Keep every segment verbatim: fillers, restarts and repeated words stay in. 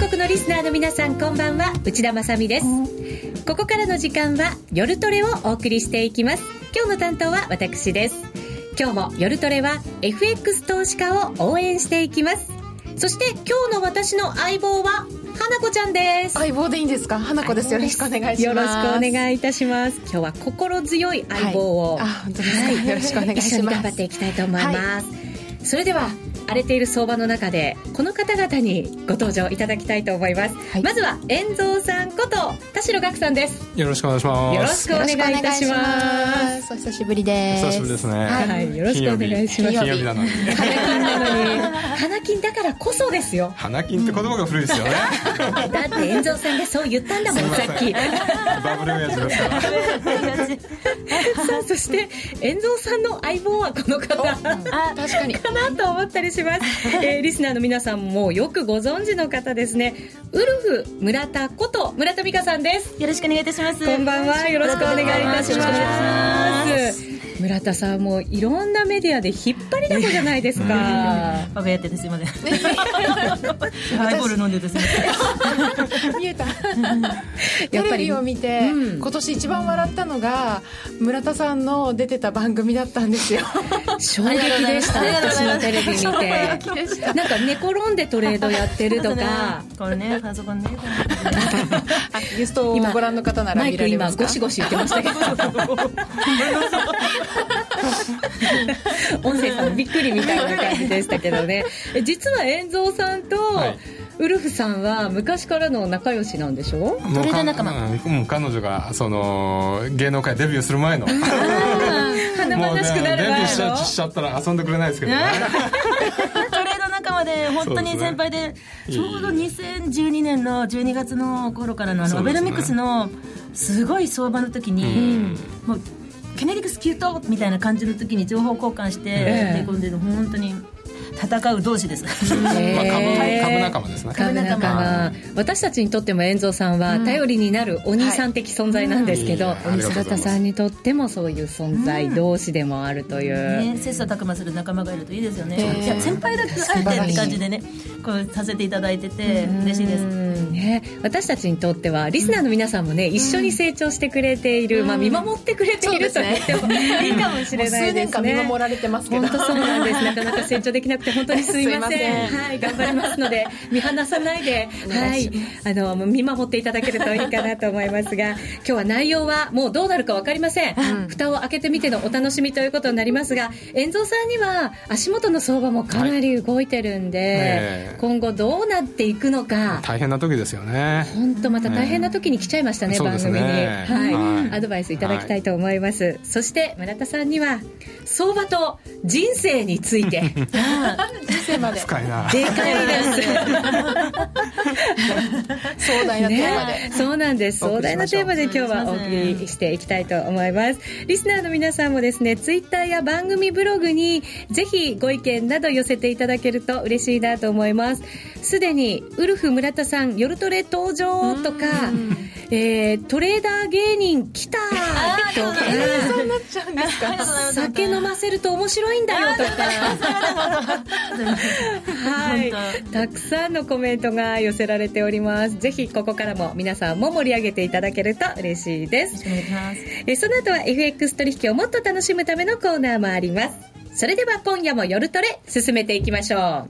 国のリスナーの皆さん、こんばんは。内田まさみです。ここからの時間は夜トレをお送りしていきます。今日の担当は私です。今日も夜トレは エフエックス 投資家を応援していきます。そして今日の私の相棒は花子ちゃんです。 相棒でいいんですか？花子です。よろしくお願いします。 よろしくお願いいたします。今日は心強い相棒を、 はい、あ、本当ですか、はい、よろしくお願いします。 一緒に頑張っていきたいと思います、はい、それでは荒れている相場の中でこの方々にご登場いただきたいと思います、はい、まずは遠蔵さんこと田代岳さんです。 よろしくお願いします。 よろしくお願いいたします。 お久しぶりです。 久しぶりですね、 はい、よろしくお願いします。 金曜日なのに花金なのに花金だからこそですよ。 花金って言葉が古いですよね、 うん、だって遠蔵さんがそう言ったんだもんさっき。 バブル親父ですからさあ、そして遠蔵さんの相棒はこの方あ確かにかなと思ったりします、えー、リスナーの皆さんもよくご存知の方ですね。ウルフ村田こと村田美香さんです。 よろしくお願いいたします。 こんばんは。よろしくお願いいたします。村田さんもいろんなメディアで引っ張りだこじゃないですか。 バカやっててすいません。ハイボール飲んでてすいません。 見えた。テレビを見て、うん、今年一番笑ったのが村田さんの出てた番組だったんですよ。 衝撃でした。私のテレビ見てなんか寝転んでトレードやってるとかこれね、パソコンねゲストをご覧の方なら見られますか？ マイク今ゴシゴシ言ってましたけど音声さんびっくりみたいな感じでしたけどね。実は遠蔵さんと、はい、ウルフさんは昔からの仲良しなんでしょ？ トレーダー仲間。 もう彼女がその芸能界デビューする前の華々しくなる前の、 もう、ね、デビューしちゃ、しちゃったら遊んでくれないですけどね。 トレード仲間で本当に先輩 で, で、ね、ちょうどにせんじゅうにねんのじゅうにがつの頃からのあのアベノミクスのすごい相場の時に、うん、もうケネディクスキュートみたいな感じの時に情報交換して寝込んでる、本当に戦う同士です、 えーまあ、株, 株仲間ですね。 株仲間。私たちにとっても遠蔵さんは頼りになるお兄さん的存在なんですけど、はい、村田さんにとってもそういう存在同士でもあるという、 うんね、切磋琢磨する仲間がいるといいですよね、えー、いや先輩だけあえてって感じでねこうさせていただいてて嬉しいです、 ね、私たちにとってはリスナーの皆さんもね、うん、一緒に成長してくれている、うんまあ、見守ってくれていると言ってもいいかもしれないですね。 数年間見守られてますけど本当そうなんです。なかなか成長できなくて本当にすいません。はい、頑張りますので見放さないで、はい、あの見守っていただけるといいかなと思いますが、今日は内容はもうどうなるか分かりません、うん、蓋を開けてみてのお楽しみということになりますが、遠蔵さんには足元の相場もかなり動いてるんで、はいね、今後どうなっていくのか大変な時ですよね。 本当また大変な時に来ちゃいましたね、ね番組に、ねはいはい、アドバイスいただきたいと思います、はい、そして村田さんには相場と人生について人生まで深いなでかいです壮大なテーマで、 ね、そうなんです。壮大なテーマで今日はお送りしていきたいと思います。リスナーの皆さんもですね、ツイッターや番組ブログにぜひご意見など寄せていただけると嬉しいなと思います。すでにウルフ村田さん夜トレ登場とか、えー、トレーダー芸人来たとか、 そうなっちゃうんですか。 酒飲ませると面白いんだよとかはい、たくさんのコメントが寄せられております。ぜひここからも皆さんも盛り上げていただけると嬉しいです。えその後は エフエックス 取引をもっと楽しむためのコーナーもあります。それでは今夜も夜トレ進めていきましょう。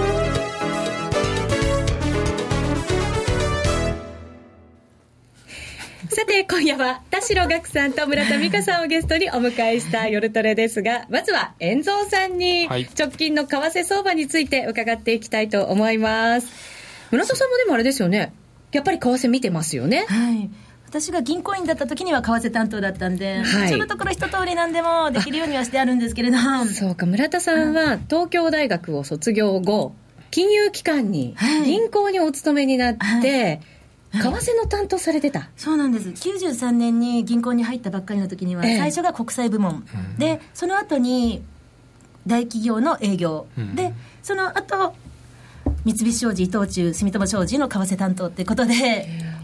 さて今夜は田代岳さんと村田美香さんをゲストにお迎えした夜トレですが、まずは遠蔵さんに直近の為替相場について伺っていきたいと思います。村田さんもでもあれですよね、やっぱり為替見てますよね。 はい、私が銀行員だった時には為替担当だったんで、はい、そのところ一通り何でもできるようにはしてあるんですけれどそうか、村田さんは東京大学を卒業後金融機関に、はい、銀行にお勤めになって、はい為替の担当されてた。 そうなんです。きゅうじゅうさんねんに銀行に入ったばっかりの時には、ええ、最初が国際部門、うん、でその後に大企業の営業、うん、でその後三菱商事、伊藤忠、住友商事の為替担当ってことで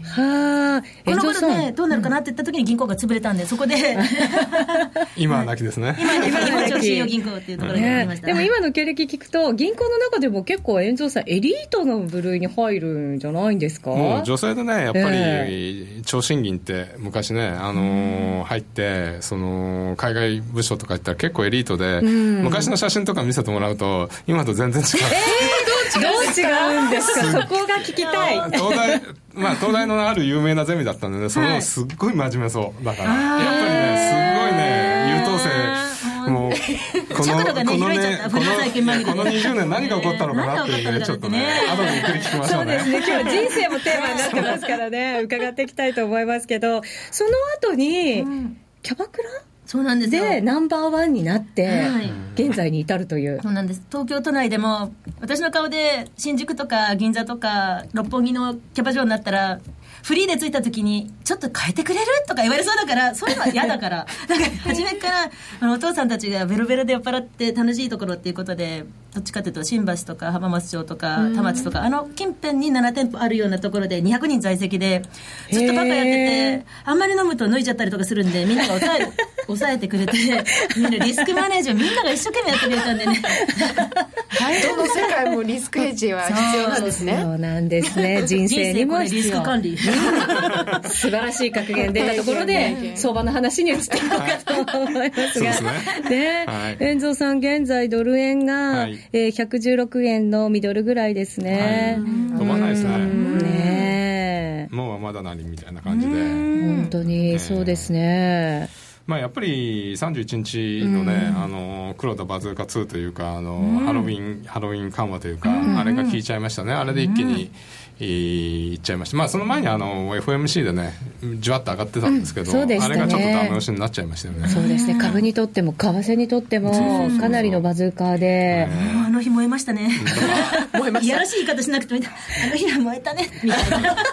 はあ、 この頃ねどうなるかなって言った時に銀行が潰れたんで、そこで今はなきですね。 今は今信用銀行っていうところになりました、 ね、でも今の経歴聞くと銀行の中でも結構遠蔵さんエリートの部類に入るんじゃないんですか？ もう女性でねやっぱり、えー、長信銀って昔ね、あのー、入ってその海外部署とか行ったら結構エリートで、昔の写真とか見せてもらうと今と全然違う。 えー、どう違うんですか？そこが聞きたい。 東大、まあ、東大のある有名なゼミだったんでね、そのすっごい真面目そうだから、やっぱりねすごいね優等生、もうこのこのねこのこのにじゅうねん何が起こったのかなっていうね、ちょっとね後でゆっくり聞きましょうね。 そうですね、今日人生もテーマになってますからね伺っていきたいと思いますけど、その後に、うん、キャバクラそうなんですよ。 でナンバーワンになって、はい、現在に至るという。 そうなんです。東京都内でも私の顔で新宿とか銀座とか六本木のキャバ嬢になったらフリーで着いた時にちょっと変えてくれるとか言われそうだから、そういうのは嫌だからなんか初めからあのお父さんたちがベロベロで酔っ払って楽しいところっていうことで、どっちかというと新橋とか浜松町とか田町とかあの近辺になな店舗あるようなところでにひゃくにん在籍でずっとバカやってて、あんまり飲むと脱いじゃったりとかするんでみんなが抑える抑えてくれて、みんなリスクマネージャーみんなが一生懸命やってくれたんでねどの世界もリスクヘッジは必要なんですね。 そうなんですね。人生にも必要。 リスク管理素晴らしい格言出たところで相場の話に移っていこうかと思いますが、 そうですね、はい、 遠蔵さん現在ドル円が、はい、えー、ひゃくじゅうろくえんのミドルぐらいですね、 はい、飛ばないですね。 ねもうはまだ何みたいな感じで、 本当にそうですね。 まあ、やっぱりさんじゅういちにちのね、うん、あの黒田バズーカツーというかあの、うん、ハロウィンハロウィン緩和というか、うん、あれが効いちゃいましたね。あれで一気に、うん、いっちゃいました。まあその前にあの エフオーエムシー でねじわっと上がってたんですけど、うんね、あれがちょっとダメ押しになっちゃいましたよね。 そうですね。株にとっても為替にとってもかなりのバズーカーで、 あの日燃えましたね。燃えました。いやらしい言い方しなくてもいい。あの日は燃えたねみたいな。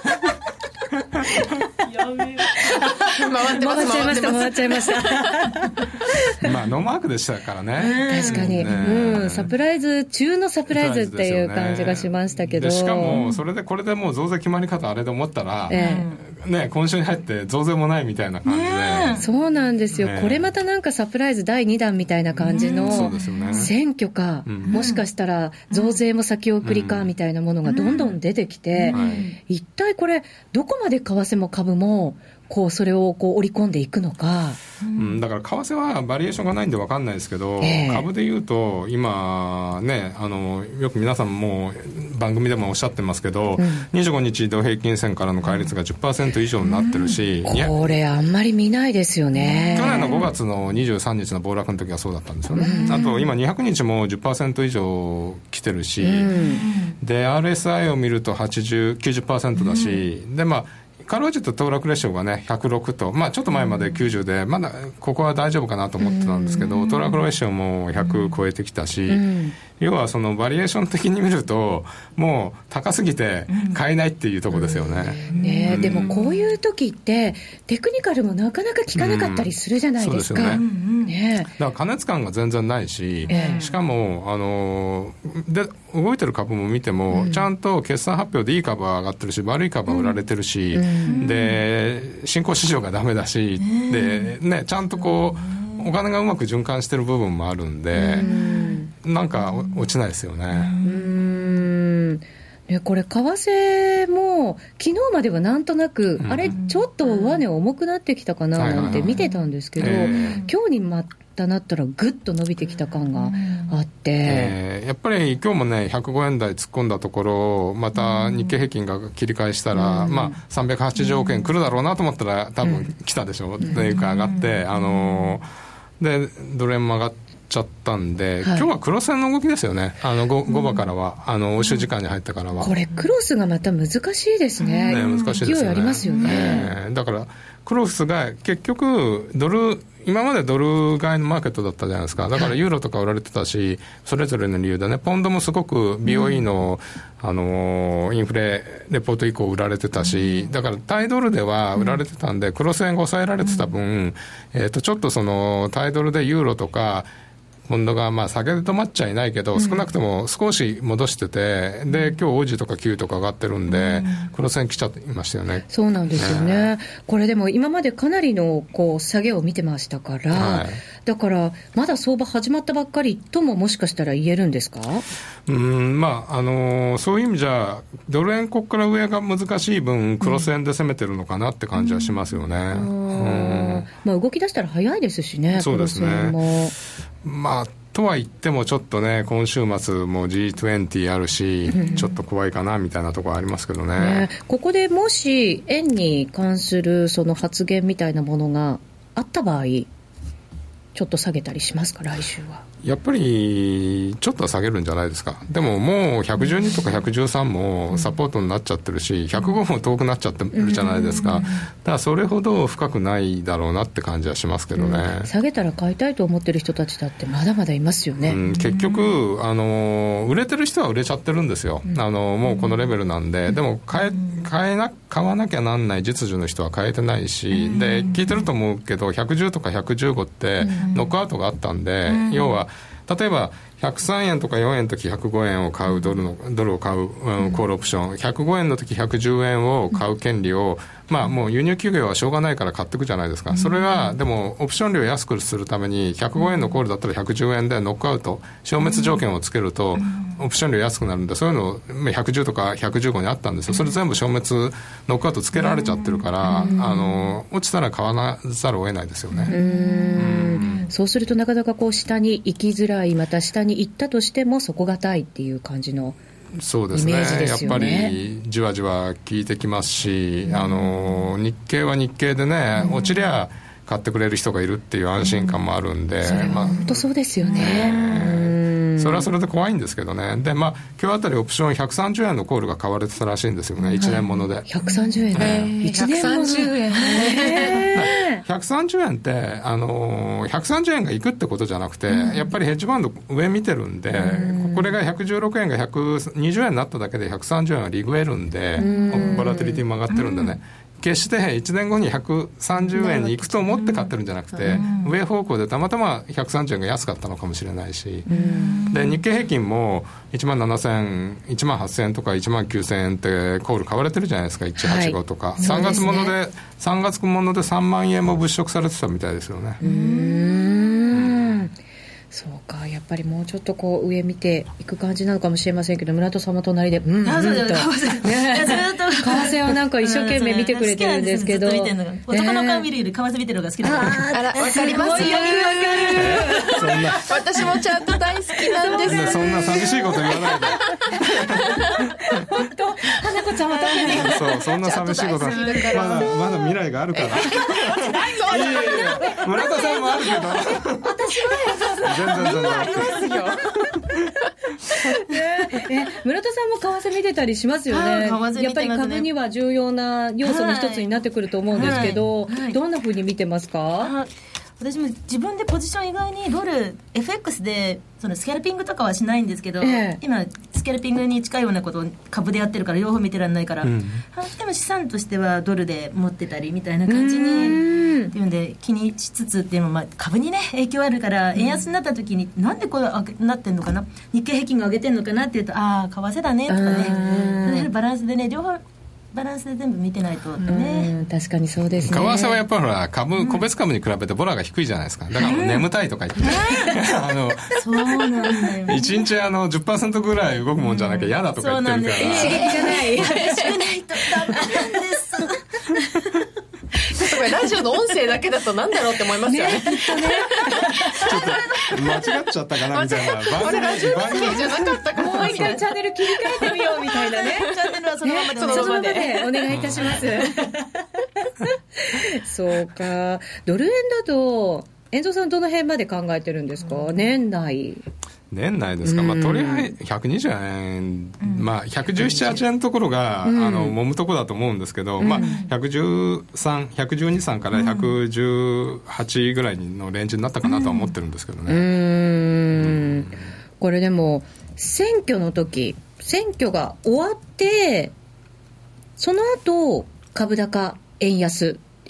やめ回ってます回っちゃいました回っちゃいましたまあノーマークでしたからね。 確かに、ね、うん、サプライズ中のサプライズっていう感じがしましたけど、 でしかもそれでこれでもう増税決まり方あれで思ったら、ええね、今週に入って増税もないみたいな感じで、ね、 そうなんですよ、ね、これまたなんかサプライズだいにだんみたいな感じの選挙か、うん、もしかしたら増税も先送りかみたいなものがどんどん出てきて、うんうん、一体これどこまで為替も株もこうそれをこう織り込んでいくのか、 うん、だから為替はバリエーションがないんで分かんないですけど、えー、株でいうと今ね、あのよく皆さんも番組でもおっしゃってますけど、うん、にじゅうごにち移動平均線からの乖離が じゅっパーセント 以上になってるし、 うん、これあんまり見ないですよね。 去年のごがつのにじゅうさんにちの暴落の時はそうだったんですよね、うん、あと今にひゃくにちも じゅっパーセント 以上来てるし、うん、で アールエスアイ を見るとはちじゅう、きゅうじゅっパーセント だし、うん、でまあかろうじて騰落レシオがねひゃくろくと、まあ、ちょっと前まできゅうじゅうで、まだここは大丈夫かなと思ってたんですけど、騰落レシオもひゃく超えてきたし、要はそのバリエーション的に見るともう高すぎて買えないっていうところですよね、 うんね、でもこういう時ってテクニカルもなかなか効かなかったりするじゃないですか、うん、そうですよね、ね、 だから過熱感が全然ないし、えー、しかもあので動いてる株も見ても、うん、ちゃんと決算発表でいい株は上がってるし悪い株は売られてるし、うん、で新興市場がダメだし、うん、でね、ちゃんとこうお金がうまく循環してる部分もあるんで、うん、なんか落ちないですよね。うーん、これ為替も昨日まではなんとなく、うん、あれちょっと上値重くなってきたかななんて見てたんですけど、今日にまたなったらぐっと伸びてきた感があって、 えー、やっぱり今日もねひゃくごえん台突っ込んだところまた日経平均が切り返したら、うん、まあ、さんびゃくはちじゅうおくえん来るだろうなと思ったら多分来たでしょ、うん、っていうか上がって、あのー、でドル円も上がってちゃったんで、はい、今日はクロス円の動きですよね。あの 5, 5番からは、うん、あの欧州時間に入ってからはこれクロスがまた難しいですね、 ね、難しいですよね。 勢いありますよね、 えー、だからクロスが結局ドル今までドル買いのマーケットだったじゃないですか。だからユーロとか売られてたし、それぞれの理由でね、ポンドもすごく ビーオーイー の、うん、あのインフレレポート以降売られてたし、だから対ドルでは売られてたんで、クロス円が抑えられてた分、うん、えーとちょっとその対ドルでユーロとかポンドがまあ下げ止まっちゃいないけど、うん、少なくとも少し戻してて、で今日オージーとか Q とか上がってるんで、うん、黒線来ちゃいましたよね。 そうなんですよね、ね。これでも今までかなりのこう下げを見てましたから、はい、だからまだ相場始まったばっかりとももしかしたら言えるんですか？ うん、まああのー、そういう意味じゃドル円ここから上が難しい分クロス円で攻めてるのかなって感じはしますよね、うんうんまあ、動き出したら早いですしね。 そうですね。 クロス円もまあとは言ってもちょっとね今週末も ジーにじゅう あるし、うん、ちょっと怖いかなみたいなところありますけど ね, ねここでもし円に関するその発言みたいなものがあった場合ちょっと下げたりしますか？来週はやっぱりちょっとは下げるんじゃないですか。でももうひゃくじゅうにとかひゃくじゅうさんもサポートになっちゃってるし、ひゃくごも遠くなっちゃってるじゃないですか。だからそれほど深くないだろうなって感じはしますけどね、 うん、下げたら買いたいと思ってる人たちだってまだまだいますよね、 うん、結局あの売れてる人は売れちゃってるんですよ、うん、あのもうこのレベルなんで、でも買え、買えな、買わなきゃなんない実需の人は買えてないし、で聞いてると思うけどひゃくじゅうとかひゃくじゅうごってノックアウトがあったんで、要は例えばひゃくさんえんとかよんえんの時ひゃくごえんを買うドルのドルを買う、うん、コールオプションひゃくごえんの時ひゃくじゅうえんを買う権利を、まあ、もう輸入企業はしょうがないから買っていくじゃないですか。それはでもオプション料を安くするためにひゃくごえんのコールだったらひゃくじゅうえんでノックアウト消滅条件をつけるとオプション料安くなるんで、そういうのひゃくじゅうとかひゃくじゅうごにあったんですよ。それ全部消滅ノックアウトつけられちゃってるから、あの落ちたら買わなざるを得ないですよね。 うーん、そうするとなかなかこう下に行きづらい、また下に行ったとしても底堅いっていう感じのそうですね、やっぱりじわじわ効いてきますし、あの日経は日経でね、落ちりゃ買ってくれる人がいるっていう安心感もあるんで、 それは本当そうですよね、 まあ、それはそれで怖いんですけどね。で、まあ、今日あたりオプションひゃくさんじゅうえんのコールが買われてたらしいんですよね、いちねんもので、はい、 ひゃくさんじゅうえんね、いちねんものひゃくさんじゅうえんひゃくさんじゅうえんってあのひゃくさんじゅうえんがいくってことじゃなくて、うん、やっぱりヘッジファンド上見てるんで、うん、これがひゃくじゅうろくえんがひゃくにじゅうえんになっただけでひゃくさんじゅうえんはリグえるんで、うん、ボラティリティも上がってるんでね、うん、決していちねんごにひゃくさんじゅうえんに行くと思って買ってるんじゃなくて、うん、上方向でたまたまひゃくさんじゅうえんが安かったのかもしれないし、うん、で日経平均もいちまんななせん、いちまんはっせんえんとかいちまんきゅうせんえんってコール買われてるじゃないですか、いちはちごとか、はい、さんがつもので、さんがつものでさんまんえんも物色されてたみたいですよね。 うーん、そうか、やっぱりもうちょっとこう上見ていく感じなのかもしれませんけど、村戸さんも隣でうんうんと、為替はなんか一生懸命見てくれてるんですけど、 男の顔見るより為替見てるのが好きだから、 あら、わかりますよ、 そんな私もチャート大好きなんです。 そんな寂しいこと言わないで本当、花子ちゃんは特にそう、そんな寂しいことまだまだ未来があるからいやいやいや、村田さんもあるけど私は全然全然ありますよえ村田さんも為替見てたりしますよね。やっぱり株には重要な要素の一つになってくると思うんですけど、はいはいはい、どんな風に見てますか？ 私も自分でポジション以外にドル エフエックス でそのスキャルピングとかはしないんですけど、えー、今スキャルピングに近いようなことを株でやってるから両方見てらんないから、うん、でも資産としてはドルで持ってたりみたいな感じにっていうんで気にしつつっていうのも、まあ、株にね影響あるから円安になった時になんでこうなってんのかな、日経平均が上げてんのかなっていうと、ああ為替だねとかね、バランスでね、両方バランスで全部見てないとね、 うん、確かにそうですね。 為替はやっぱりほら株、個別株に比べてボラが低いじゃないですか。だから眠たいとか言って、あのそうなんだよ、ね、 いちにちあの じゅっパーセント ぐらい動くもんじゃなきゃ嫌だとか言ってるから、 刺激じゃない激しくないとダメなんですちょっとこれラジオの音声だけだとなんだろうって思いますよね。ね、きっとねちょっと間違っちゃったかなみたいな。 これラジオの声じゃなかったかも。 もう一回チャンネル切り替えてみようみたいなね。 チャンネルはそのままで、 ね、そのままでお願いいたします。そうか。ドル円だと遠藤さんどの辺まで考えてるんですか？うん、年内。 年内ですか、まあ、とりあえずひゃくにじゅうえん、うん、まあ、ひゃくじゅうなな、はちえんのところが、うん、あの揉むところだと思うんですけど、うん、まあ、ひゃくじゅうさん、ひゃくじゅうに、さんからひゃくじゅうはちぐらいのレンジになったかなとは思ってるんですけどね。 うん、うーん、これでも選挙の時、選挙が終わってその後株高円安っ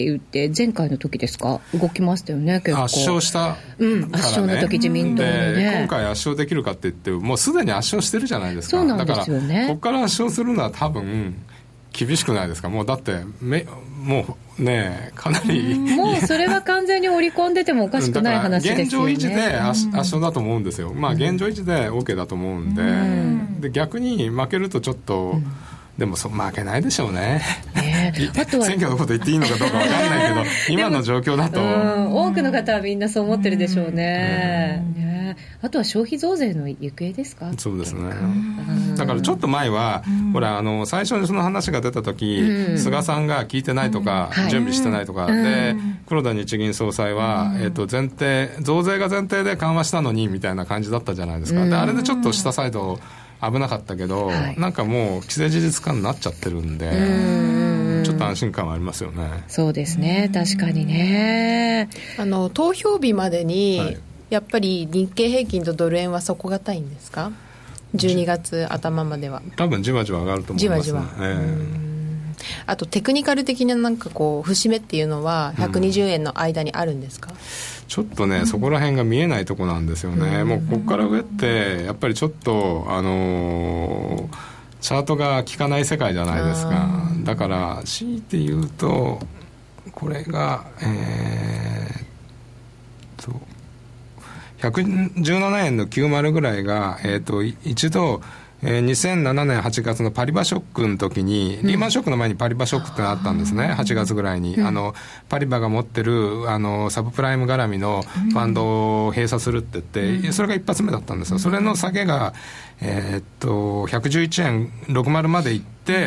って言って前回の時ですか動きましたよね結構圧勝した、 うん、圧勝の時自民党のね今回圧勝できるかって言ってもうすでに圧勝してるじゃないですか。 そうなんですよね。 だからここから圧勝するのは多分厳しくないですか。もうだってめもうねかなりもうそれは完全に織り込んでてもおかしくない話ですよね。 現状維持で圧勝だと思うんですよ。まあ現状維持で OK だと思うんで、うん、で逆に負けるとちょっと、うんでもそ負けないでしょうね、 ねあとは選挙のこと言っていいのかどうか分かんないけど今の状況だとうん多くの方はみんなそう思ってるでしょうね、うんねあとは消費増税の行方ですか。 そうですね。だからちょっと前は、うん、ほらあの最初にその話が出た時、うん、菅さんが聞いてないとか、うん、準備してないとか、はい、で黒田日銀総裁は、うんえー、と前提増税が前提で緩和したのにみたいな感じだったじゃないですか、うん、であれでちょっと下サイド危なかったけど、はい、なんかもう既成事実化になっちゃってるんでうんちょっと安心感はありますよね。 そうですね確かにね。 あの投票日までに、はい、やっぱり日経平均とドル円は底堅いんですか。じゅうにがつ頭までは多分じわじわ上がると思いますね。じわじわ、えー、 あとテクニカル的ななんかこう節目っていうのはひゃくにじゅうえんの間にあるんですか。 ちょっとね、うん、そこら辺が見えないとこなんですよね、うん、もうここから上ってやっぱりちょっとあのー、チャートが効かない世界じゃないですか。だから強いて言うとこれがえー、っとひゃくじゅうななえんのきゅうじゅうぐらいが、えー、と一度えー、にせんななねんはちがつのパリバショックの時に、うん、リーマンショックの前にパリバショックってのあったんですね。はちがつぐらいに、うん、あのパリバが持ってるあのサブプライム絡みのファンドを閉鎖するって言って、うん、それが一発目だったんですよ。それの下げが、えー、っとひゃくじゅういちえんろくじゅうまで行って、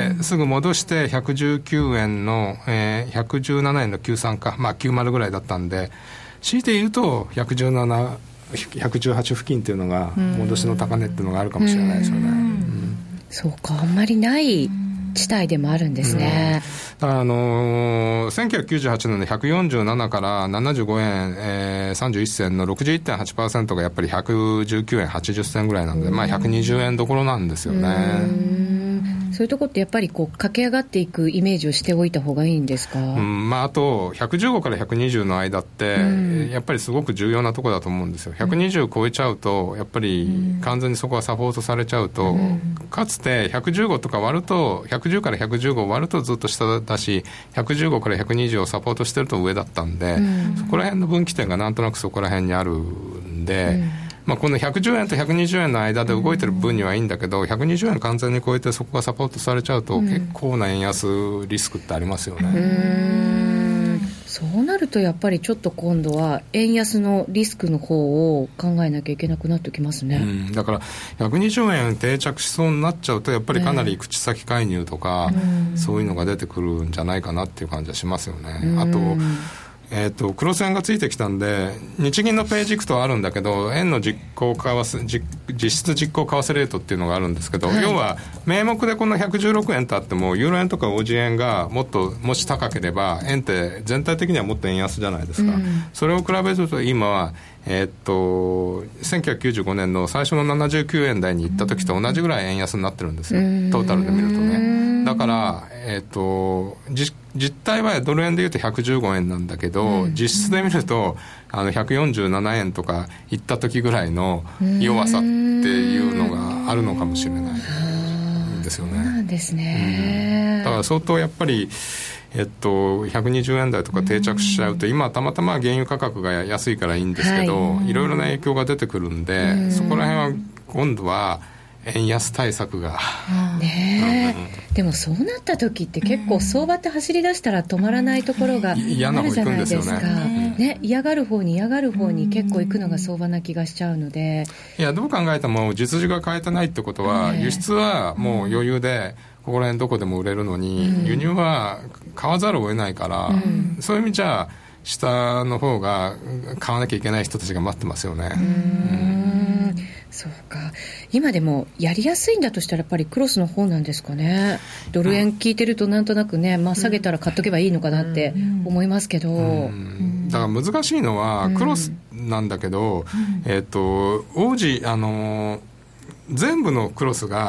うん、すぐ戻してひゃくじゅうきゅうえんの、えー、ひゃくじゅうななえんのきゅうじゅうさんか、まあ、きゅうじゅうぐらいだったんで強いて言うとひゃくじゅうななひゃくじゅうはち付近っていうのが戻しの高値っていうのがあるかもしれないですよね。うんうん、 そうかあんまりない地帯でもあるんですね。 うん、だからあのー、せんきゅうひゃくきゅうじゅうはちねんのひゃくよんじゅうななからななじゅうごえん、えー、さんじゅういっせんの ろくじゅういってんはちパーセント がやっぱりひゃくじゅうきゅうえんはちじゅっせんぐらいなんで、まあ、ひゃくにじゅうえんどころなんですよね。 うんそういうところってやっぱりこう駆け上がっていくイメージをしておいた方がいいんですか。 うんまあ、あとひゃくじゅうごからひゃくにじゅうの間って、うん、やっぱりすごく重要なところだと思うんですよ。ひゃくにじゅう超えちゃうとやっぱり完全にそこがサポートされちゃうと、うん、かつてひゃくじゅうごとか割るとひゃくじゅうからひゃくじゅうご割るとずっと下だしひゃくじゅうごからひゃくにじゅうをサポートしてると上だったんで、うん、そこら辺の分岐点がなんとなくそこら辺にあるんで、うんまあ、このひゃくじゅうえんとひゃくにじゅうえんの間で動いてる分にはいいんだけど、うん、ひゃくにじゅうえん完全に超えてそこがサポートされちゃうと、うん、結構な円安リスクってありますよね。 うーんそうなるとやっぱりちょっと今度は円安のリスクの方を考えなきゃいけなくなってきますね。 うんだからひゃくにじゅうえん定着しそうになっちゃうとやっぱりかなり口先介入とか、ね、そういうのが出てくるんじゃないかなっていう感じはしますよね。あとえー、と黒線がついてきたんで日銀のページ行くとあるんだけど円の実行為替実実質実行為替レートっていうのがあるんですけど、はい、要は名目でこのひゃくじゅうろくえんとあってもユーロ円とかオージー円がもっともし高ければ円って全体的にはもっと円安じゃないですか、うん、それを比べると今はえー、っとせんきゅうひゃくきゅうじゅうごねんの最初のななじゅうきゅうえん台に行った時と同じぐらい円安になってるんですよ、うん、トータルで見るとね。だから、えー、っと実実態はドル円でいうとひゃくじゅうごえんなんだけど、うん、実質で見るとあのひゃくよんじゅうななえんとか行った時ぐらいの弱さっていうのがあるのかもしれないんですよね。 そうなんですね、 うん、だから相当やっぱりえっと、ひゃくにじゅうえん台とか定着しちゃうと、今たまたま原油価格が安いからいいんですけど、はい、いろいろな影響が出てくるんで、そこら辺は今度は円安対策が、 ねえ、うん、でもそうなった時って結構相場って走り出したら止まらないところがあるじゃないですか。ね、嫌がる方に嫌がる方に結構行くのが相場な気がしちゃうので、 いやどう考えても実需が変えてないってことは、輸出はもう余裕でここら辺どこでも売れるのに、うん、輸入は買わざるを得ないから、うん、そういう意味じゃ下の方が買わなきゃいけない人たちが待ってますよね。うーん、うん、 そうか。今でもやりやすいんだとしたらやっぱりクロスの方なんですかね。ドル円聞いてるとなんとなくね、まあ、下げたら買っとけばいいのかなって思いますけど、うん、 だから難しいのはクロスなんだけど、うん、えーと、王子あの全部のクロスが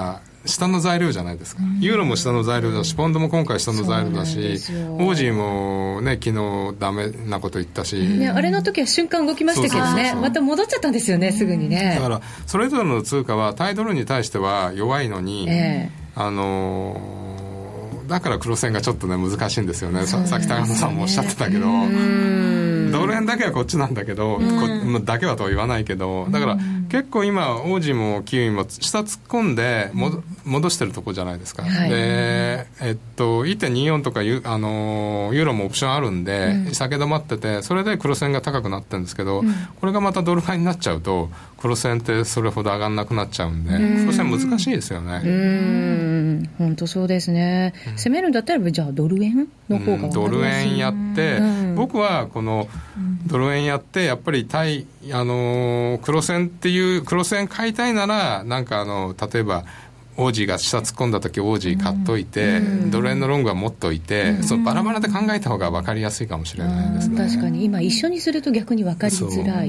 下の材料じゃないですか。ユーロも下の材料だし、ポンドも今回下の材料だし、オージーもね昨日ダメなこと言ったし、 ね、あれの時は瞬間動きましたけどね、そうそうそう、また戻っちゃったんですよね、すぐにね。 だからそれぞれの通貨は対ドルに対しては弱いのに、えー、あのー、だから黒線がちょっとね難しいんですよね。さっき高野さんもおっしゃってたけど、ドル円だけはこっちなんだけど、こだけはとは言わないけど、だから結構今オージーもキウイも下突っ込んでも戻してるとこじゃないですか、はい、で、えっと、いってんによん とかユ、あのユーロもオプションあるんで、うん、下げ止まってて、それで黒線が高くなってるんですけど、うん、これがまたドル買いになっちゃうと黒線ってそれほど上がんなくなっちゃうんで、黒線難しいですよね。 うーん、本当そうですね、うん、攻めるんだったらじゃあドル円の方が分かりやすい、 うん、ドル円やって、うん、僕はこのドル円やってやっぱり対、あのー、黒線っていう黒線買いたいなら、なんかあの例えばオージーが下突っ込んだ時オージー買っといて、うん、ドル円のロングは持っといて、うん、そのバラバラで考えた方が分かりやすいかもしれないですね。 確かに今一緒にすると逆に分かりづらい、うん、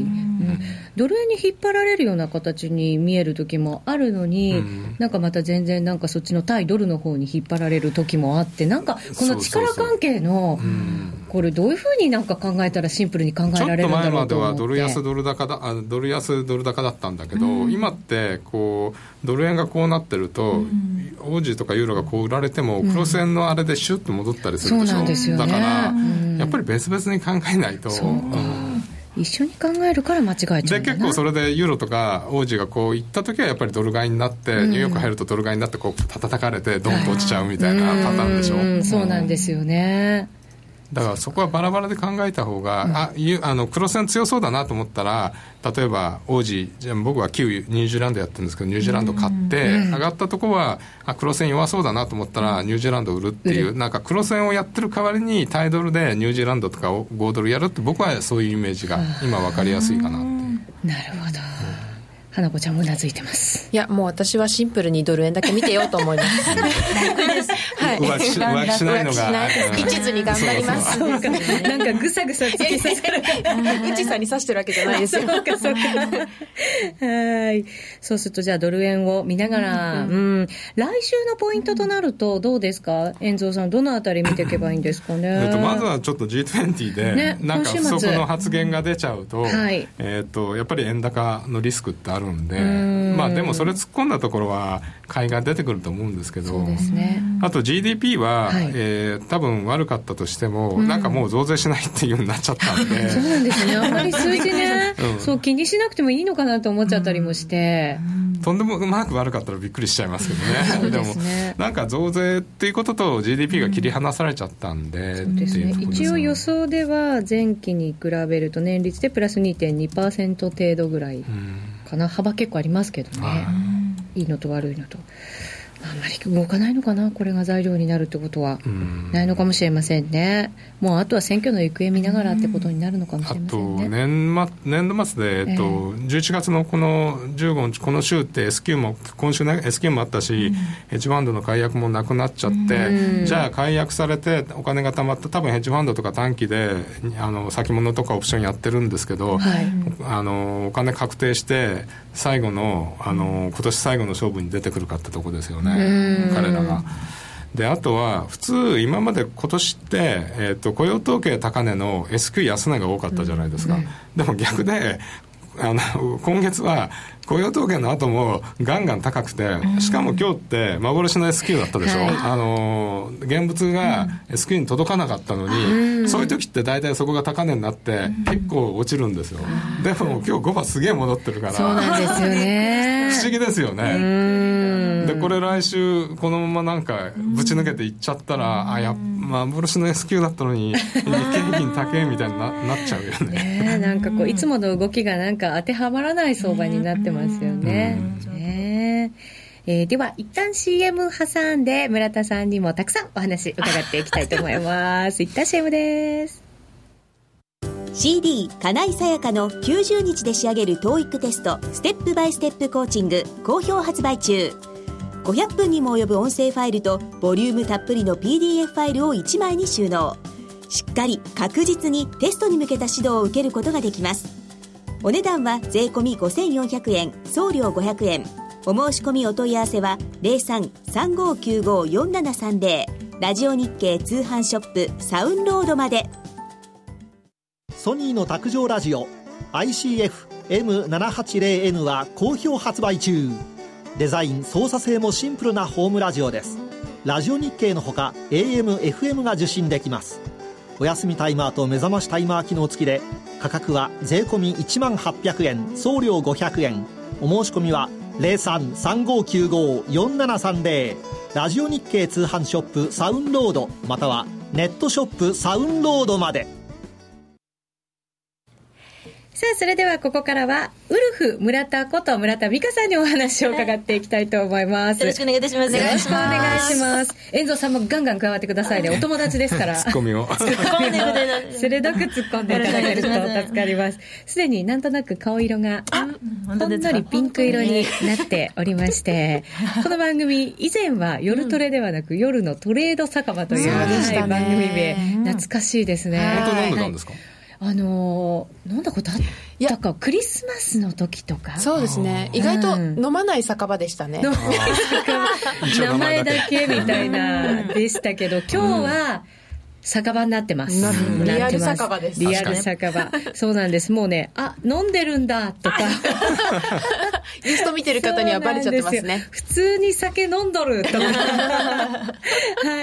ドル円に引っ張られるような形に見える時もあるのに、うん、なんかまた全然なんかそっちの対ドルの方に引っ張られる時もあって、なんかこの力関係のこれどういうふうになんか考えたらシンプルに考えられるんだろうと思って。 ちょっと前まではドル安ドル高だ、あドル安ドル高だったんだけど、うん、今ってこうドル円がこうなってると、うん、オージーとかユーロがこう売られても黒線のあれでシュッと戻ったりするでしょ、うん、そうなんですよね。だから、うん、やっぱり別々に考えないと、そうか、 うん、一緒に考えるから間違えちゃうんだな。 で結構それでユーロとかオージーがこう行った時はやっぱりドル買いになって、うん、ニューヨーク入るとドル買いになってこう叩かれてドンと落ちちゃうみたいなパターンでしょ、うんうん、そうなんですよね。 だからそこはバラバラで考えた方が、うん、あゆあの黒線強そうだなと思ったら、例えばオージー、じゃあ僕はキウイニュージーランドやってるんですけど、ニュージーランド買って、うん、上がったとこはあ黒線弱そうだなと思ったらニュージーランド売るっていう、うん、なんか黒線をやってる代わりにタイドルでニュージーランドとかをごドルやるって、僕はそういうイメージが今分かりやすいかなって。 なるほど、花子ちゃんもうなずいてます。 いやもう私はシンプルにドル円だけ見てようと思います楽です、 はい、浮気し、浮気しないのが一途に頑張ります。 そうか、なんかぐさぐさ突き刺さる内さんに刺してるわけじゃないですよ。 そうかそうかはい、そうするとじゃあドル円を見ながら、うん、うん、来週のポイントとなるとどうですか、遠蔵さんどのあたり見ていけばいいんですかね。 えっとまずはちょっと ジートゥエンティー で、ね、なんか不足の発言が出ちゃうと、はい、えっとやっぱり円高のリスクってあるんで、まあ、でもそれ突っ込んだところは買いが出てくると思うんですけど、 そうですね、 あと ジーディーピー は、はい、えー、多分悪かったとしても、うん、なんかもう増税しないっていうようになっちゃったんでそうなんですね、あんまり数字ね、うん、そう気にしなくてもいいのかなと思っちゃったりもして、 うん、とんでもなく悪かったらびっくりしちゃいますけどねそうですね、でもなんか増税っていうことと ジーディーピー が切り離されちゃったんで、うん、 そうですね、一応予想では前期に比べると年率でプラス にてんにパーセント 程度ぐらいかな、幅結構ありますけどね、いいのと悪いのとあんまり動かないのかな、これが材料になるってことはないのかもしれませんね。もうあとは選挙の行方見ながらってことになるのかもしれませんね。 あと 年, 年度末で、えっとえー、じゅういちがつのこのじゅうごにちこの週って エスキュー も今週ね エスキュー もあったし、うん、ヘッジファンドの解約もなくなっちゃって、うん、じゃあ解約されてお金が貯まった、多分ヘッジファンドとか短期であの先物とかオプションやってるんですけど、はい、あのお金確定して最後の、あの今年最後の勝負に出てくるかってとこですよね、彼らが。であとは普通今まで今年って、えー、と雇用統計高値の エスキュー 安値が多かったじゃないですか、うんうん、でも逆であの今月は雇用統計の後もガンガン高くて、しかも今日って幻の エスキュー だったでしょ、はい、あの現物が エスキュー に届かなかったのに、うん、そういう時って大体そこが高値になって結構落ちるんですよ、うん、でも今日ごばすげえ戻ってるから、 そうなんですよね不思議ですよね、うん、でこれ来週このままなんかぶち抜けていっちゃったら、うん、あや幻の エスキュー だったのに日経平均高えみたいに な, なっちゃうよねね、なんかこういつもの動きがなんか当てはまらない相場になってますよね、うんねえー、では一旦 シーエム 挟んで村田さんにもたくさんお話伺っていきたいと思います一旦 シーエム です。 シーディー 金井さやかのきゅうじゅうにちで仕上げる トーイック テストステップバイステップコーチング好評発売中。ごひゃっぷんにも及ぶ音声ファイルとボリュームたっぷりの ピーディーエフ ファイルをいちまいに収納。しっかり確実にテストに向けた指導を受けることができます。お値段は税込みごせんよんひゃくえん、送料ごひゃくえん、 お申し込みお問い合わせは ゼロさん さんごきゅうご よんななさんゼロ ラジオ日経通販ショップサウンロードまで。 ソニーの卓上ラジオ アイシーエフエムななはちゼロエヌ は好評発売中。デザイン操作性もシンプルなホームラジオです。ラジオ日経のほか エーエム、エフエム が受信できます。お休みタイマーと目覚ましタイマー機能付きで価格は税込みいちまんはっぴゃくえん、送料ごひゃくえん。お申し込みはゼロさん さんごきゅうご よんななさんゼロ ラジオ日経通販ショップサウンロードまたはネットショップサウンロードまで。 さあ、それではここからはウルフ村田こと村田美香さんにお話を伺っていきたいと思います。 よろしくお願いいたします。 よろしくお願いします。遠藤さんもガンガン加わってくださいね。お友達ですからツッコミを突っ込んでくれる鋭く突っ込んでいただけると助かります。すでになんとなく顔色がほんのりピンク色になっておりましてこの番組以前は夜トレではなく夜のトレード酒場という、うんはい、番組名懐かしいですね。 本当飲んでたんですか？はいあのー、飲んだことあったかクリスマスの時とか。 そうですね、意外と飲まない酒場でしたね、 うん、飲まない酒場名前だけみたいなでしたけど今日は酒場になってます、 うん、リアル酒場です。 リアル酒場そうなんです。もうねあ飲んでるんだとかリスト見てる方にはバレちゃってますね。 普通に酒飲んどるとかはい、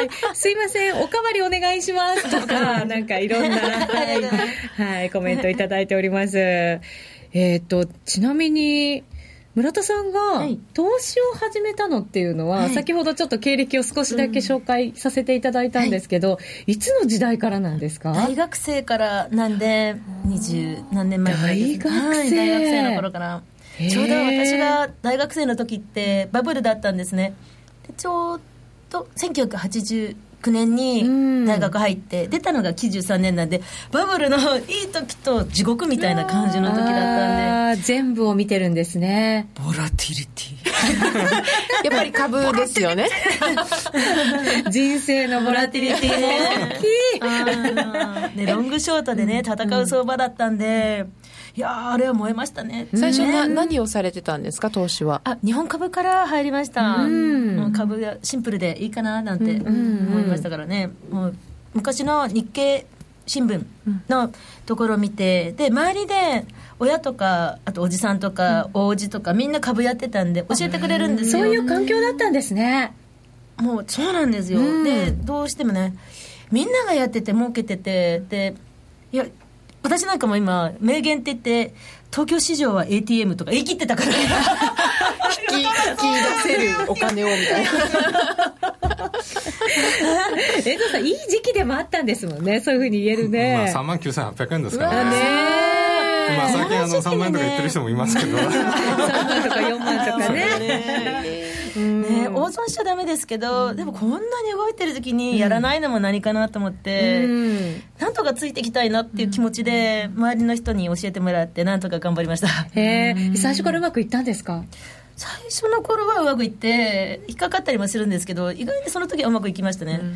すいませんおかわりお願いしますとかなんかいろんな、はいはい、コメントいただいております。えーとちなみに村田さんが投資を始めたのっていうのは、はい、先ほどちょっと経歴を少しだけ紹介させていただいたんですけど、うんはい、いつの時代からなんですか？ 大学生からなんで二十何年前からです。 大学生、 はい、大学生の頃からちょうど私が大学生の時ってバブルだったんですね。でちょうどせんきゅうひゃくはちじゅうきゅうねんに大学入って出たのがきゅうじゅうさんねんなんでバブルのいい時と地獄みたいな感じの時だったんで全部を見てるんですね。 ボラティリティやっぱり株ですよね人生のボラティリティも大きいでロングショートでね戦う相場だったんで、いやあれは燃えましたね。 最初な何をされてたんですか投資は？ あ日本株から入りました、うん、株がシンプルでいいかななんて思いましたからね、うんうん、もう昔の日経新聞のところを見てで周りで親とかあとおじさんとか、うん、おじとかみんな株やってたんで教えてくれるんですよ。 そういう環境だったんですね。 もうそうなんですよ、うん、でどうしてもねみんながやってて儲けててでいや私なんかも今名言って言って東京市場は エーティーエム とか言い切ってたから引き引き出せるお金をみたいな遠藤さんいい時期でもあったんですもんね。そういうふうに言えるね、 まあ、さんまんきゅうせんはっぴゃくえんですからね。 ねまあ、最近あのさんまんえんとか言ってる人もいますけどさんまんとかよんまんとかねね大損しちゃダメですけど、うん、でもこんなに動いてる時にやらないのも何かなと思って、うん、なんとかついていきたいなっていう気持ちで周りの人に教えてもらってなんとか頑張りました。 へー最初からうまくいったんですか？ 最初の頃はうまくいって引っかかったりもするんですけど意外にその時はうまくいきましたね、うん、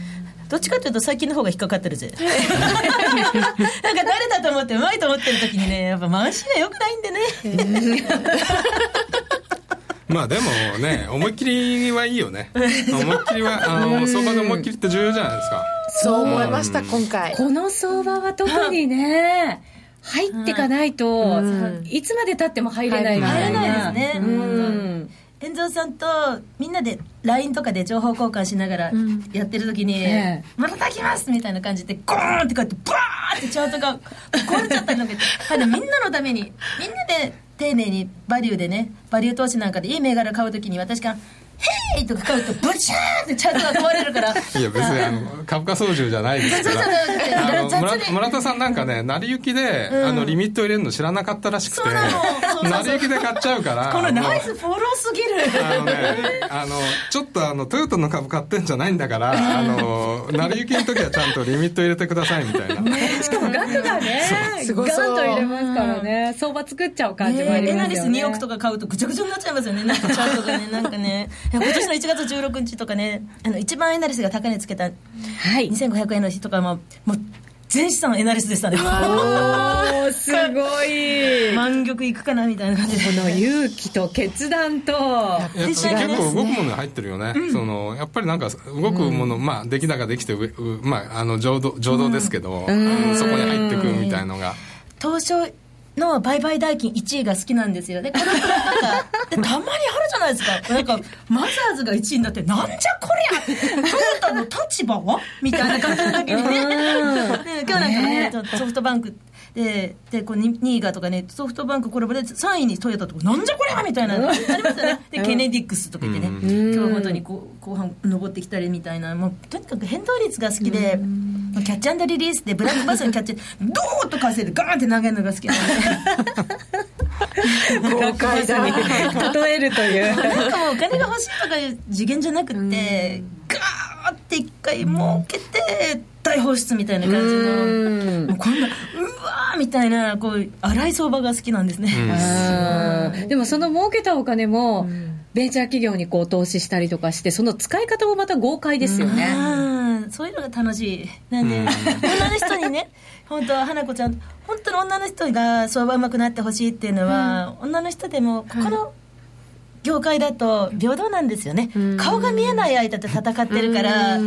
どっちかというと最近の方が引っかかってるぜなんか誰だと思ってうまいと思ってる時にねやっぱ回しが良くないんでねまあでもね思いっきりはいいよね思いっきりはあの相場の思いっきりって重要じゃないですか。 そう思いました、うん、今回この相場は特にね入ってかないと、うん、いつまで経っても入れないみたいな。 入れないですね、うん、遠藤さんとみんなで ライン とかで情報交換しながらやってる時に、うんええ、また炊きますみたいな感じでゴーンってこうやってバーってチャートが壊れちゃったりなんかみんなのためにみんなで丁寧にバリューでねバリュー投資なんかでいい銘柄買う時に私がヘイとか買うとブチャーってチャートが壊れるからいや別にあの株価操縦じゃないですからあの 村, 村田さんなんかね成り行きで、うん、あのリミット入れるの知らなかったらしくて成り行きで買っちゃうからこのナイスフォローすぎるあの、ね、あのちょっとあのトヨタの株買ってんじゃないんだからあの成り行きの時はちゃんとリミット入れてくださいみたいな、ね、 しかも額がねガンと入れますからね相場作っちゃう感じもありますよね。エナリスにおくとか買うとぐちゃぐちゃになっちゃいますよねなんかチャートがねなんかね今年のいちがつじゅうろくにちとかねあの一番エナリスが高値つけたにせんごひゃくえんの日とかももう全資産エナリスでしたね。 おすごい。 満玉いくかなみたいな感じで、 この勇気と決断と結構動くものが入ってるよね、うん、そのやっぱりなんか動くもの、うん、まあ出来高できて、まあ、あの浄土浄土ですけど、うん、そこに入ってくるみたいのが、 東証の売買代金いちいが好きなんですよ。でこれなんかでたまにあるじゃないですか。なんかマザーズがいちいになって、なんじゃこりゃトヨタの立場はみたいな感じの時にねで今日なんかねソフトバンクででこうにいがとかね、ソフトバンクコラボでさんいにトヨタとか、なんじゃこりゃみたいなありますよね。でケネディックスとか言ってね、今日本当にこう後半上ってきたりみたいな、もうとにかく変動率が好きで、キャッチ&リリースでブラックバスのキャッチドーッと稼いでガーンって投げるのが好きなんで豪快だに例えるというなんかもうお金が欲しいとかいう次元じゃなくて、ガーって一回儲けて大放出みたいな感じの、もうこんなうわーみたいなこう荒い相場が好きなんですね。 あでもその儲けたお金も、うんベンチャー企業にこう投資したりとかして、その使い方もまた豪快ですよね。 うんそういうのが楽しい。なんで、うん、女の人にね本当花子ちゃん本当に女の人が相場うまくなってほしいっていうのは、うん、女の人でもここの業界だと平等なんですよね、うん、顔が見えない相手と戦ってるから、うん、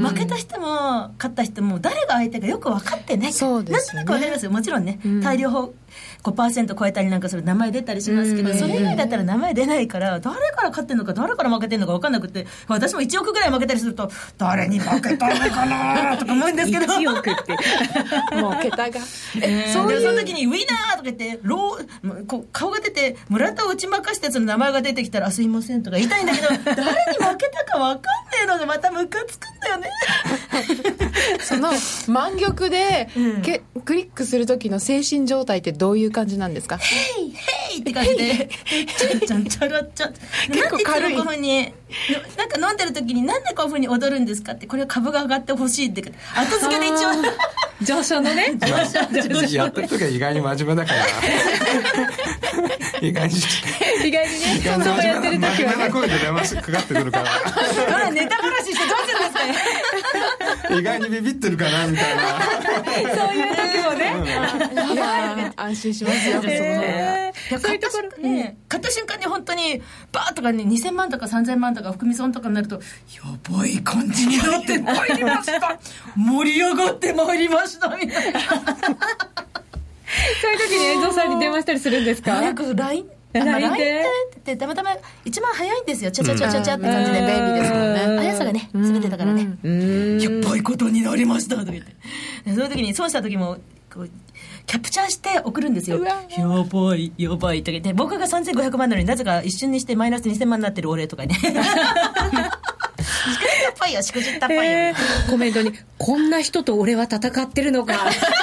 負けた人も勝った人も誰が相手かよく分かってない。そうですね、なんとなく分かりますよ。もちろんね、うん、大量法ごパーセント 超えたりなんかする名前出たりしますけど、うん、それ以外だったら名前出ないから、誰から勝ってるのか誰から負けてるのか分かんなくて、私もいちおくぐらい負けたりすると誰に負けたのかなとか思うんですけどいちおくってもう桁がえそういうその時にウィナーとか言ってローこう顔が出て村田を打ち負かしたやつの名前が出てきたらすいませんとか言いたいんだけど誰に負けたか分かんねえのがまたムカつくんだよねその満玉で、うん、けクリックする時の精神状態ってどういう感じなんですか？ ヘイヘイって感じでちゃんちゃんちゃらちゃん結構軽い。なんでこういうふうになんか飲んでる時になんでこういうふうに踊るんですかって、これは株が上がってほしいって後付けで一応上昇のね上昇やってる時は意外に真面目だから意外に意外にねそうやってる時はね真面目な声で電話かかってくるからネタ話してどうするんですか意外にビビってるかなみたいなそういう時もね、 うん、いや安心しますよ、 えー、 そういうところね、買った瞬間に本当にバーッとかねにせんまんとかさんぜんまんとか含み損とかになるとやばい感じになってまいりました盛り上がってまいりましたみたいなそういう時に遠藤さんに電話したりするんですか？ 早く ラインライン ってたまたま一番早いんですよ。チャチャチャチャチャって感じで便利ですもんね。速さがね全てだからね。やばいことになりましたとか言って、その時に損した時もこうキャプチャーして送るんですよ。やばいやばいとか言って、僕がさんぜんごひゃくまんなのになぜか一瞬にしてマイナスにせんまんになってるお礼とかねしくじったっぽいよしくじったっぽいよ、えー、コメントにこんな人と俺は戦ってるのか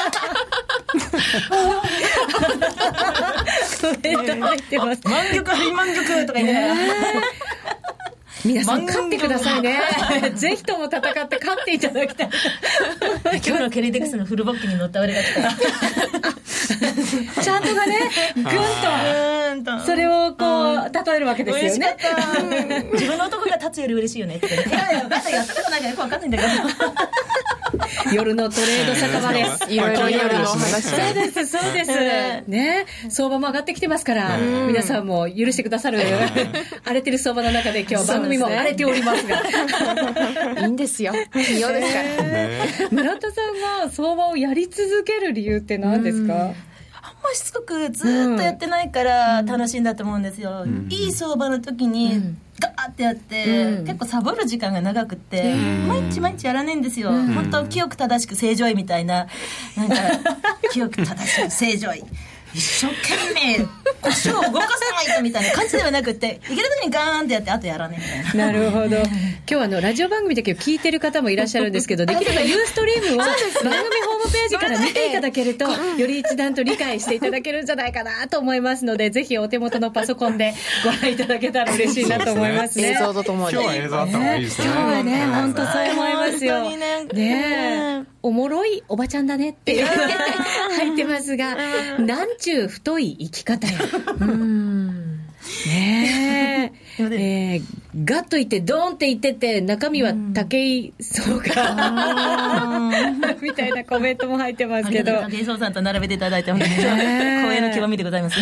コメント入ってます。 満玉不満玉とか言いながら皆さん勝ってくださいねぜひとも戦って勝っていただきたい今日のケリデックスのフルバックに乗った俺が来たチャートがねぐんとそれをこう例えるわけですよね。 自分の男が立つより嬉しいよねって、ね、いやいやまだやったことないからよく分かんないんだけど夜のトレード酒場です。 いろいろ夜の話そうですそうですね、相場も上がってきてますから皆さんも許してくださる荒れてる相場の中で今日番組も荒れておりますがいいんですよ、いいよですから、ね、 村田さんが相場をやり続ける理由って何ですか？ あんましつこくずっとやってないから楽しいんだと思うんですよ、うん、いい相場の時にガーってやって、うん、結構サボる時間が長くて、うん、毎日毎日やらないんですよ、うん、本当清く正しく正常位みたいな、なんか清く正しく正常位一生懸命腰を動かさないとみたいな感じではなくて、いける時にガーンってやってあとやらねみたいな。 なるほど。今日はあのラジオ番組だけど聞いてる方もいらっしゃるんですけどできればユーストリームを番組ホームページから見ていただけるとより一段と理解していただけるんじゃないかなと思いますので、ぜひお手元のパソコンでご覧いただけたら嬉しいなと思いますね。 映像とともに今日は映像あった方がいいですね。 今日はね本当そう思いますよね。おもろいおばちゃんだねっていう入ってますが、なんちゅう太い生き方やうんねええー、ガッといってドーンっていってて中身は武井壮がみたいなコメントも入ってますけど、 武井壮さんと並べていただいて本当に光栄の極みでございます、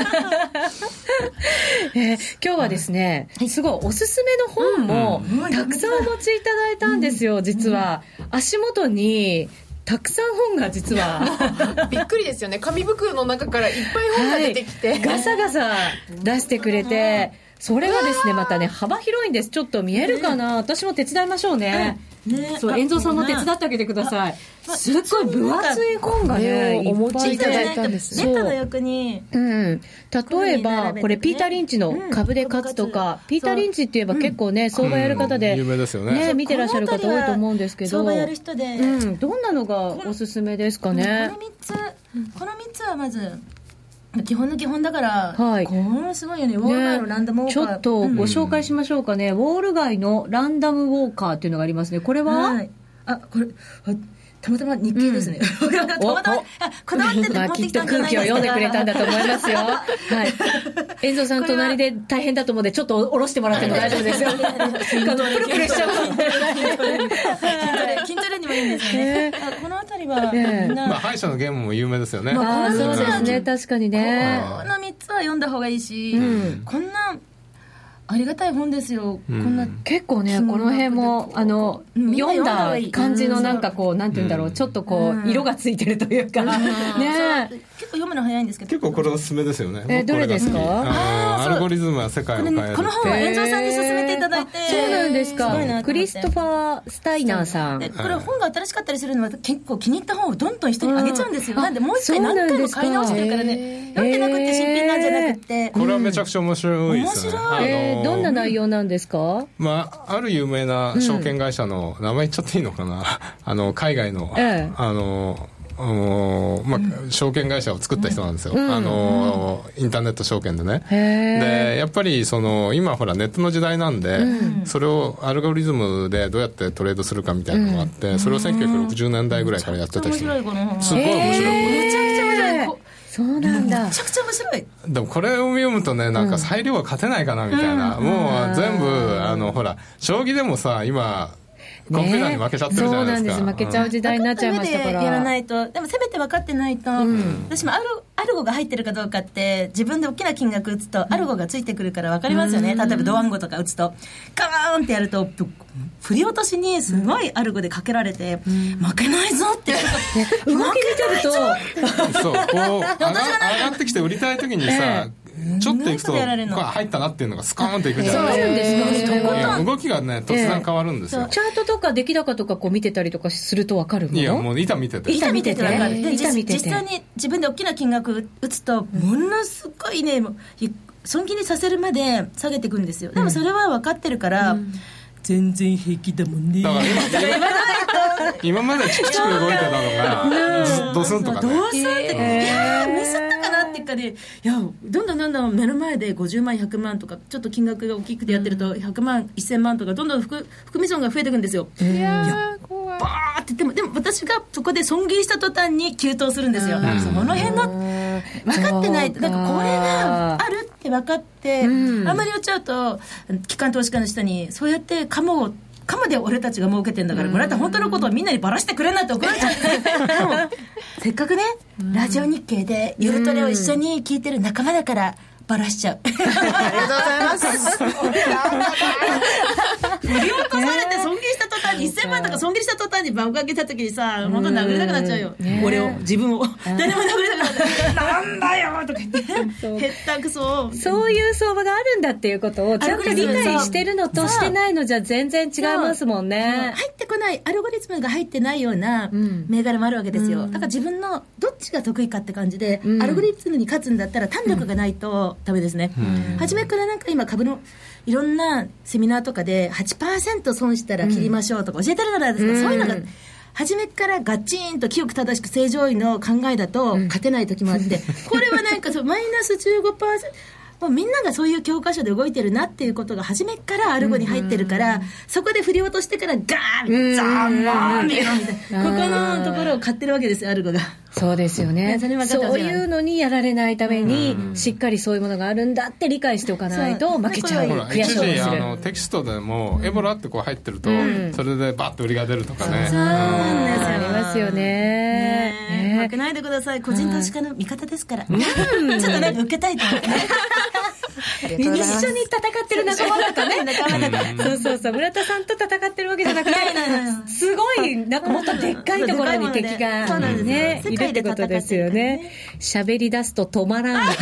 えー、今日はですね、すごいおすすめの本もたくさんお持ちいただいたんですよ。実は足元にたくさん本が実はびっくりですよね。紙袋の中からいっぱい本が出てきて、はい、 ガサガサ出してくれて、それがですねまたね幅広いんです。ちょっと見えるかな、私も手伝いましょうね。ね、そう、遠藤さんも手伝ってあげてください。すっごい分厚い本がねお持ちいただいたんです。 ネットの横に、 うん、例えばこれピーター・リンチの株で勝つとか、ピーター・リンチって言えば結構ね相場やる方で有名ですよね。 見てらっしゃる方多いと思うんですけど、 相場やる人で、 うん、どんなのがおすすめですかね。 このみっつ、このみっつはまず基本の基本だから、 はい、 これすごいよね。ウォール街のランダムウォーカー、 ね、ちょっとご紹介しましょうかね、うん、ウォール街のランダムウォーカーっていうのがありますね。これは、はい、あ、これたまたま日経ですね、うん、たまたまこだわってて持ってきたんじゃないですか。 きっと空気を読んでくれたんだと思いますよはい、遠藤さん隣で大変だと思うのでちょっと下ろしてもらっても大丈夫ですよプルプルしちゃう筋トレ筋トレにもいいんですよね、えー、この辺りはみんな、 まあ、歯医者のゲームも有名ですよね。 まあ、そうですね、確かにね。 このみっつは読んだ方がいいし、うん、こんなありがたい本ですよ、うん、こんな結構ねこの辺もあの読んだ感じのなんかこうなんて言うんだろう、ちょっとこう色がついてるというか、ね、 結構読むの早いんですけど、 結構これおすすめですよね。 えどれですか。 あアルゴリズムは世界を変える。 この本は遠藤さんに勧めていただいて、 そうなんですか。クリストファー・スタイナーさん。 でこれ本が新しかったりするのは結構気に入った本をどんどん人にあげちゃうんですよ。なんでもう一回何回も買い直してるからね、読んでなくて新品なんじゃなくて、 これはめちゃくちゃ面白いですね。 面白い、 えー、どんな内容なんですか。 まあ、ある有名な証券会社の、うん、名前言っちゃっていいのかなあの海外の、ええ、あのあのまあ、証券会社を作った人なんですよ、うん、あのインターネット証券でね。でやっぱりその今ほらネットの時代なんで、うん、それをアルゴリズムでどうやってトレードするかみたいなのがあって、うん、それをせんきゅうひゃくろくじゅうねんだいぐらいからやってた人、すごい面白い、 めちゃくちゃ面白い。 そうなんだ。 めちゃくちゃ面白い。 でもこれを読むとね、なんか裁量は勝てないかなみたいな、うん、もう全部あのほら将棋でもさ今コンピューターに負けちゃってるじゃないですか、ね、そうなんです。負けちゃう時代になっちゃいましたから、 うん、やらないと。でもせめて分かってないと、うん、私もアルアルゴが入ってるかどうかって自分で大きな金額打つとアルゴがついてくるから分かりますよね、うん、例えばドワンゴとか打つとガーンってやると振り落としにすごいアルゴでかけられて、うん、負けないぞって動き見てるとそうこう上が、上がってきて売りたい時にさ、ええちょっと行くと入ったなっていうのがスコーンといくじゃないですか。そうなんですか。動きがね突然変わるんですよ、えー、 チャートとか出来高とかこう見てたりとかすると分かるもの。 いやもう板見てて板見てて分かる。で実際に自分で大きな金額打つとものすごいね損切りさせるまで下げていくんですよ。でもそれは分かってるから、うん、全然平気だもんね。だから今までチクチク動いてたのがドスンとかね、 ドスンって、えー、いやミスったかなっていうかで、いやどんどんどんどん目の前でごじゅうまんひゃくまんとかちょっと金額が大きくてやってるとひゃくまんせんまんとかどんどん含み損が増えていくんですよ。いやー怖い。バーってでもでも私がそこで損切りした途端に急騰するんですよ。その辺の分かってないと、なんかこれがあるって分かって、うん、あんまり言っちゃうと機関投資家の人にそうやってカモをカモで俺たちが儲けてんだから、うん、村田本当のことをみんなにバラしてくれないと怒られちゃってでもせっかくね、うん、ラジオ日経で夜トレを一緒に聞いてる仲間だからバラしちゃう。ありがとうございます振り落とされて損切りした途端にせんまんとか損切りした途端にバンかけた時にさ、本当に殴りたくなっちゃうよ、ね、俺を自分を誰も殴りたくなっちゃうなんだよとか言ってへったくそ。 そういう相場があるんだっていうことをちゃんと理解してるのとしてないのじゃ全然違いますもんね。 入ってこないアルゴリズムが入ってないような銘柄もあるわけですよ、うん、だから自分のどっちが得意かって感じで、うん、アルゴリズムに勝つんだったら単力がないとダメですね、うん、初めからなんか今株のいろんなセミナーとかで はちパーセント 損したら切りましょうとか教えてるじゃないですか、うん、そういうのが初めからガチンと清く正しく正常位の考えだと勝てない時もあって、うん、これはなんかそうマイナス じゅうごパーセントもうみんながそういう教科書で動いてるなっていうことが初めからアルゴに入ってるから、うん、そこで振り落としてからガーンザーンバーンみたいなここのところを買ってるわけですよアルゴが。 そうですよね。 それ分かってほしいな。 そういうのにやられないために、うん、しっかりそういうものがあるんだって理解しておかないと負けちゃう。 悔しい思いする。あのテキストでもエボラってこう入ってると、うん、それでバッと売りが出るとかね。 そうなんですよ。 ありますよね。 ねえ、負けないでください。個人投資家の味方ですから。うん、ちょっとなんか受けたいと思って。 一緒に戦ってる仲間だとね。仲間だと。そうそうそう。村田さんと戦ってるわけじゃなくて、すごいなんかもっとでっかいところに敵がねいるってことですよね。喋り出すと止まらん。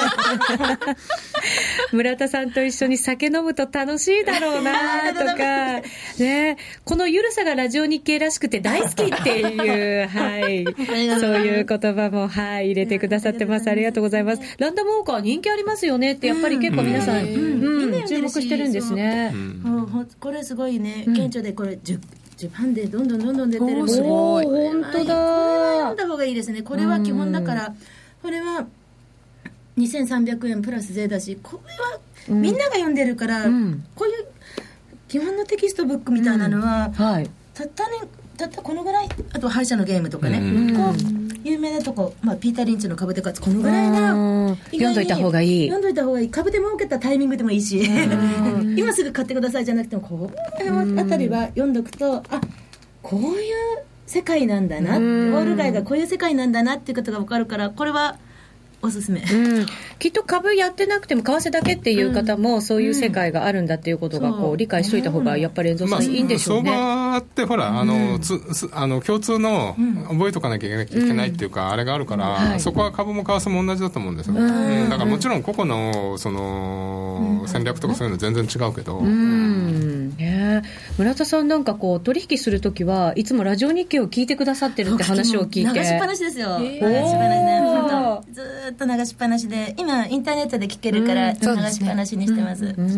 村田さんと一緒に酒飲むと楽しいだろうなとかね。このゆるさがラジオ日経らしくて大好きっていうはいそういう言葉もはい入れてくださってます。ありがとうございます。ランダムウォーカー人気ありますよねってやっぱり結構皆さん、うんうん、注目してるんですね。 もうこれすごいね。顕著でこれじゅう版でどんどんどんどん出てる。 すごい。本当だ。これは読んだ方がいいですね。これは基本だから、これはにせんさんびゃくえんプラス税だし、これはみんなが読んでるから、うん、こういう基本のテキストブックみたいなのは、うんはい、たったねたったこのぐらい。あと敗者のゲームとかね、うん、こう有名なとこ、まあ、ピーター・リンチの株でかつこのぐらいな読んどいた方がいい読んどいた方がいい。株で儲けたタイミングでもいいし今すぐ買ってくださいじゃなくてもこのあたりは読んどくと、あ、こういう世界なんだな、ウォール街がこういう世界なんだなっていうことが分かるから、これはおすすめ、 うん、きっと株やってなくても為替だけっていう方もそういう世界があるんだっていうことがこう理解しといた方がやっぱり遠藤さんいいんでしょうね。 相場ってほらあの、うん、つあの共通の覚えとかなきゃいけないっていうか、うん、あれがあるから、はい、そこは株も為替も同じだと思うんですよ、うんうん、だからもちろん個々のその、うん、戦略とかそういうの全然違うけど、うんうんね、村田さんなんかこう取引するときはいつもラジオ日経を聞いてくださってるって話を聞いて、 流しっぱなしですよ、流しっぱなしね、本当ずーっと流しっぱなしで、今インターネットで聞けるから流しっぱなしにしてます、うんうん、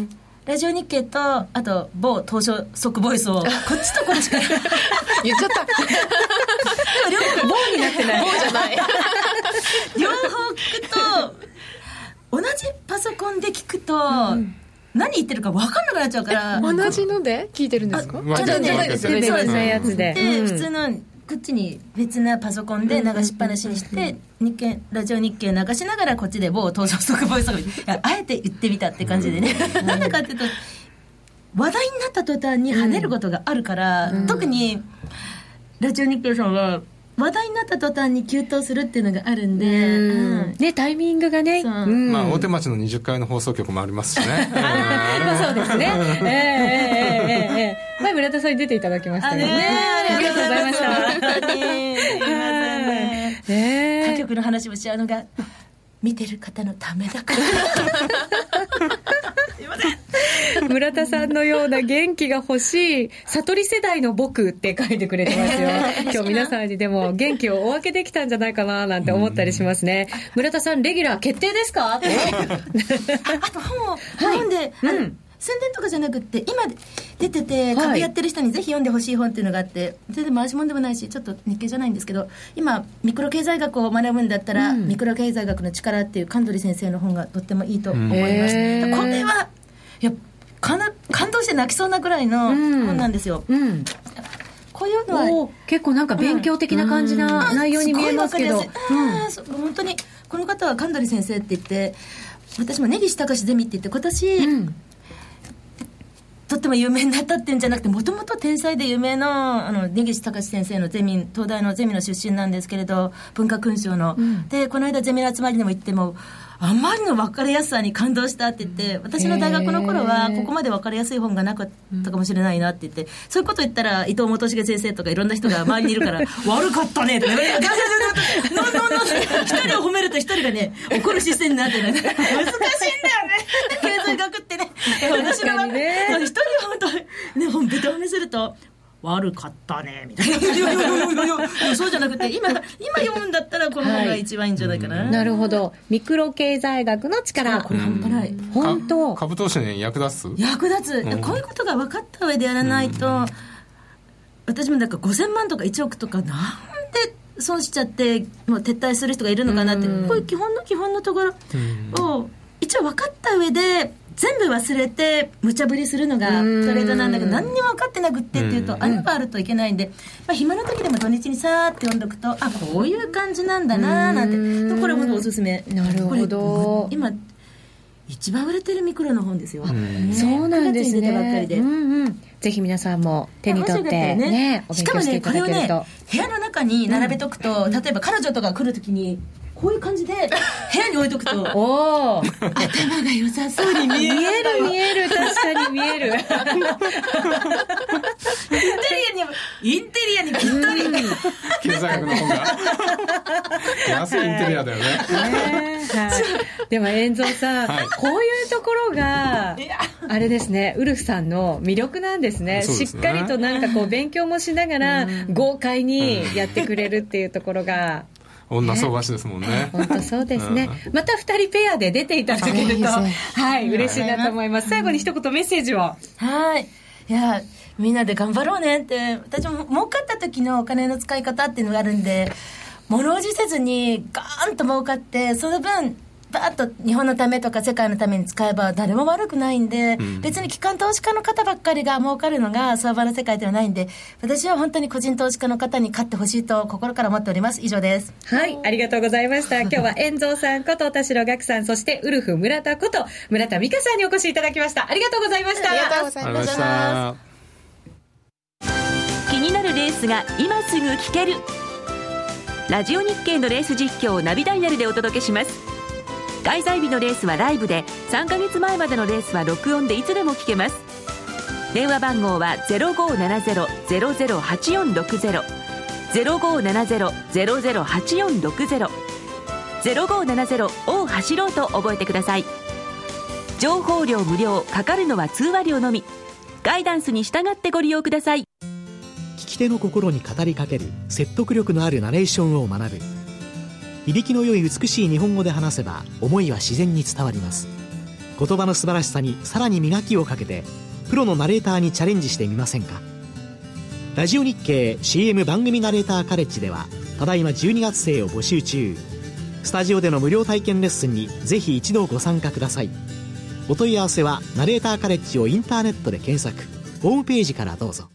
ラジオ日経とあと某東証速ボイスをこっちとこっちから言っちゃった両方某になってない某じゃない両方聞くと同じパソコンで聞くと、うん何言ってるか分かんなくなっちゃうから。 同じので聞いてるんですか？ あ、じゃないですよね。 別のやつで。 で、うん、普通のこっちに別なパソコンで流しっぱなしにして、日経ラジオ日経流しながらこっちで某東証速ボイスをあえて言ってみたって感じでね。なんでかっていうと話題になった途端に跳ねることがあるから、うん、特にラジオ日経さんは。話題になった途端に急騰するっていうのがあるんで、うんうんね、タイミングがね、うんまあ、大手町のにじゅっかいの放送局もありますしねまあそうですね、えーえーえーえー、前村田さんに出ていただきましたよね、 ありがとうございましたね、他局の話をしちゃうのが見てる方のためだから村田さんのような元気が欲しい悟り世代の僕って書いてくれてますよ今日皆さんにでも元気をお分けできたんじゃないかななんて思ったりしますね。村田さんレギュラー決定ですか？あと本を読んで、はい、うん、宣伝とかじゃなくって今出てて株やってる人にぜひ読んでほしい本っていうのがあって、全然回し物でもないしちょっと日経じゃないんですけど、今ミクロ経済学を学ぶんだったら、うん、ミクロ経済学の力っていう神取先生の本がとってもいいと思いました、うん、これはいやかな感動して泣きそうなくらいの本なんですよ、うんうん、こういうのは結構なんか勉強的な感じな内容に見えますけど、うんうん、本当にこの方は神取先生って言って、私も根岸隆ゼミって言って今年、うんとっても有名になったっていうんじゃなくて、もともと天才で有名 な, あの根岸隆先生のゼミ、東大のゼミの出身なんですけれど、文化勲章の、うん、でこの間ゼミの集まりにも行ってもあまりの分かりやすさに感動したって言って、私の大学の頃はここまで分かりやすい本がなかったかもしれないなって言って、そういうこと言ったら伊藤元重先生とかいろんな人が周りにいるから悪かったねとか一人を褒めると一人がね怒る視線になってね難しいんだよね経済学ってね。私のね一人は本当にね本ベタ褒めすると悪かったねみたいな。いやいやいやいやいやそうじゃなくて、今今読むんだったらこの本が一番いいんじゃないかな、はい、 なるほど。ミクロ経済学の力、 これ半端ない。 本当株投資に役立つ役立つ、うん、こういうことが分かった上でやらないと、うん、私もなんかごせんまんとかいちおくとかなんで損しちゃってもう撤退する人がいるのかなって、うん、こういう基本の基本のところを一応分かった上で全部忘れて無茶ぶりするのがトレードなんだけど、何にも分かってなくってっていうと穴があるといけないんで、まあ、暇の時でも土日にさーって読んどくと、あ、こういう感じなんだなーなんて、これもおすすめ。 なるほど。 今一番売れてるミクロの本ですよ。 ね、そうなんですね。 くがつに出たばっかりで、うんうん、ぜひ皆さんも手に取ってね、ね、お勉強していただけると。しかもね、これをね、 部屋の中に並べとくと、うん、例えば彼女とか来るときにこういう感じで部屋に置いとくとお頭が良さそうに見える。 見える見える、確かに見える。インテリアにインテリアにぴったり、うん、 経済学の本が安いインテリアだよね。 ね、はい、でも遠蔵さん、はい、こういうところがあれですね、ウルフさんの魅力なんですね。しっかりとなんかこう勉強もしながら豪快にやってくれるっていうところが女相場師ですもんね。 本当そうですね、うん、またふたりペアで出ていただけると、はい、嬉しいなと思います。最後に一言メッセージを。 はい、いやみんなで頑張ろうねって、私も儲かった時のお金の使い方っていうのがあるんで、物おじせずにガーンと儲かって、その分バーッと日本のためとか世界のために使えば誰も悪くないんで、うん、別に機関投資家の方ばっかりが儲かるのが相場の世界ではないんで、私は本当に個人投資家の方に買ってほしいと心から思っております。以上です。 はい、ありがとうございました。今日は遠蔵さんこと田代岳さん、そしてウルフ村田こと村田美香さんにお越しいただきました。ありがとうございました。 ありがとうございました。 気になるレースが今すぐ聞ける、ラジオ日経のレース実況をナビダイヤルでお届けします。開催日のレースはライブで、さんかげつまえまでのレースは録音でいつでも聞けます。電話番号は ゼロごーななゼロ ゼロゼロはちよんろくゼロ ゼロごーななゼロ ゼロゼロはちよんろくゼロ ゼロごーななゼロを走ろうと覚えてください。情報料無料、かかるのは通話料のみ。ガイダンスに従ってご利用ください。 聞き手の心に語りかける説得力のあるナレーションを学ぶ。響きの良い美しい日本語で話せば思いは自然に伝わります。言葉の素晴らしさにさらに磨きをかけてプロのナレーターにチャレンジしてみませんか。ラジオ日経 シーエム 番組ナレーターカレッジではただいまじゅうにがつ生を募集中。スタジオでの無料体験レッスンにぜひ一度ご参加ください。お問い合わせはナレーターカレッジをインターネットで検索、ホームページからどうぞ。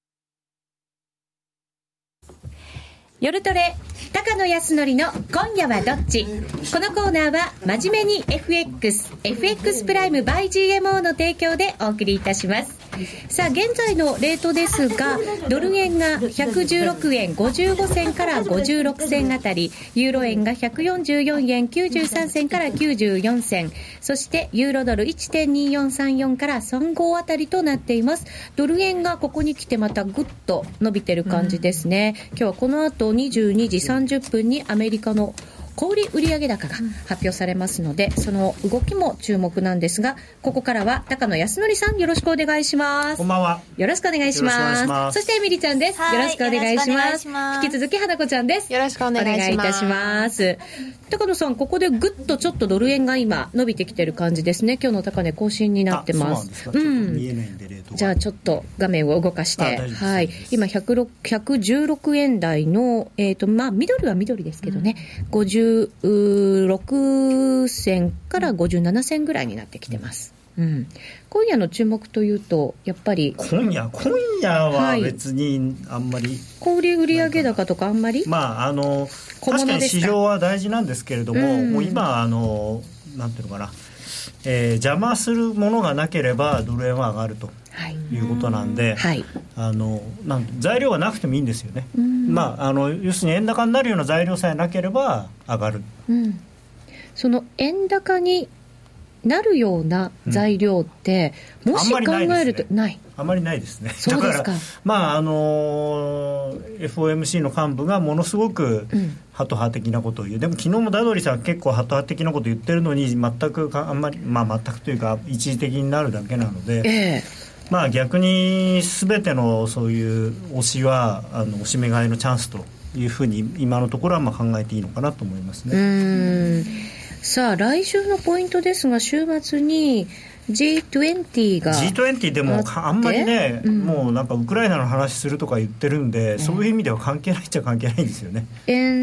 夜トレ高野康則の今夜はどっち。このコーナーは真面目に エフエックス エフエックス プライム by ジーエムオー の提供でお送りいたします。さあ現在のレートですが、ドル円がひゃくじゅうろくえんごじゅうごせんからごじゅうろくせんあたり、ユーロ円がひゃくよんじゅうよんえんきゅうじゅうさんせんからきゅうじゅうよんせん、そしてユーロドル いってんによんさんよん からさんじゅうごあたりとなっています。ドル円がここに来てまたぐっと伸びてる感じですね、うん、今日はこの後にじゅうにじさんじゅっぷんにアメリカの小売売上高が発表されますので、その動きも注目なんですが、ここからは高野康則さん、よろしくお願いします。 こんばんは。 よろしくお願いします。そしてエミリちゃんです。よろしくお願いします。引き続き花子ちゃんです。 よろしくお願いします。お願いいたします。 高野さん、ここでぐっとちょっとドル円が今伸びてきてる感じですね。今日の高値更新になってます。 そうなんですか。ちょっと見えないんで、レートが。 じゃあちょっと画面を動かして、はい、今ひゃくじゅうろくえん台の、えーとまあ、緑は緑ですけどね、うん、ごじゅうろくせんからごじゅうななせんぐらいになってきてます、うん、今夜の注目というとやっぱり今夜今夜は別にあんまり、はい、 小売売上高とかあんまり、 まあ、あの確かに市場は大事なんですけれども、うん、もう今あのなんていうのかな、えー、邪魔するものがなければドル円は上がるということなんで、はい、あのなん材料がなくてもいいんですよね、まあ、あの要するに円高になるような材料さえなければ上がる、 うん、その円高になるような材料って、うん、もし考えるとないあまりないですね。 そうですか。 だから、まああのー、エフオーエムシー の幹部がものすごくハト派的なことを言う、うん、でも昨日もダドリさん結構ハト派的なことを言ってるのに全くあんまり、まあ、全くというか一時的になるだけなので、えーまあ、逆に全てのそういう推しはあの推し目買いのチャンスというふうに今のところはまあ考えていいのかなと思いますね。 うーん、さあ来週のポイントですが、週末に ジートゥエンティー がジートゥエンティー でもあんまりね、うん、もうなんかウクライナの話するとか言ってるんで、うん、そういう意味では関係ないっちゃ関係ないんですよね。 円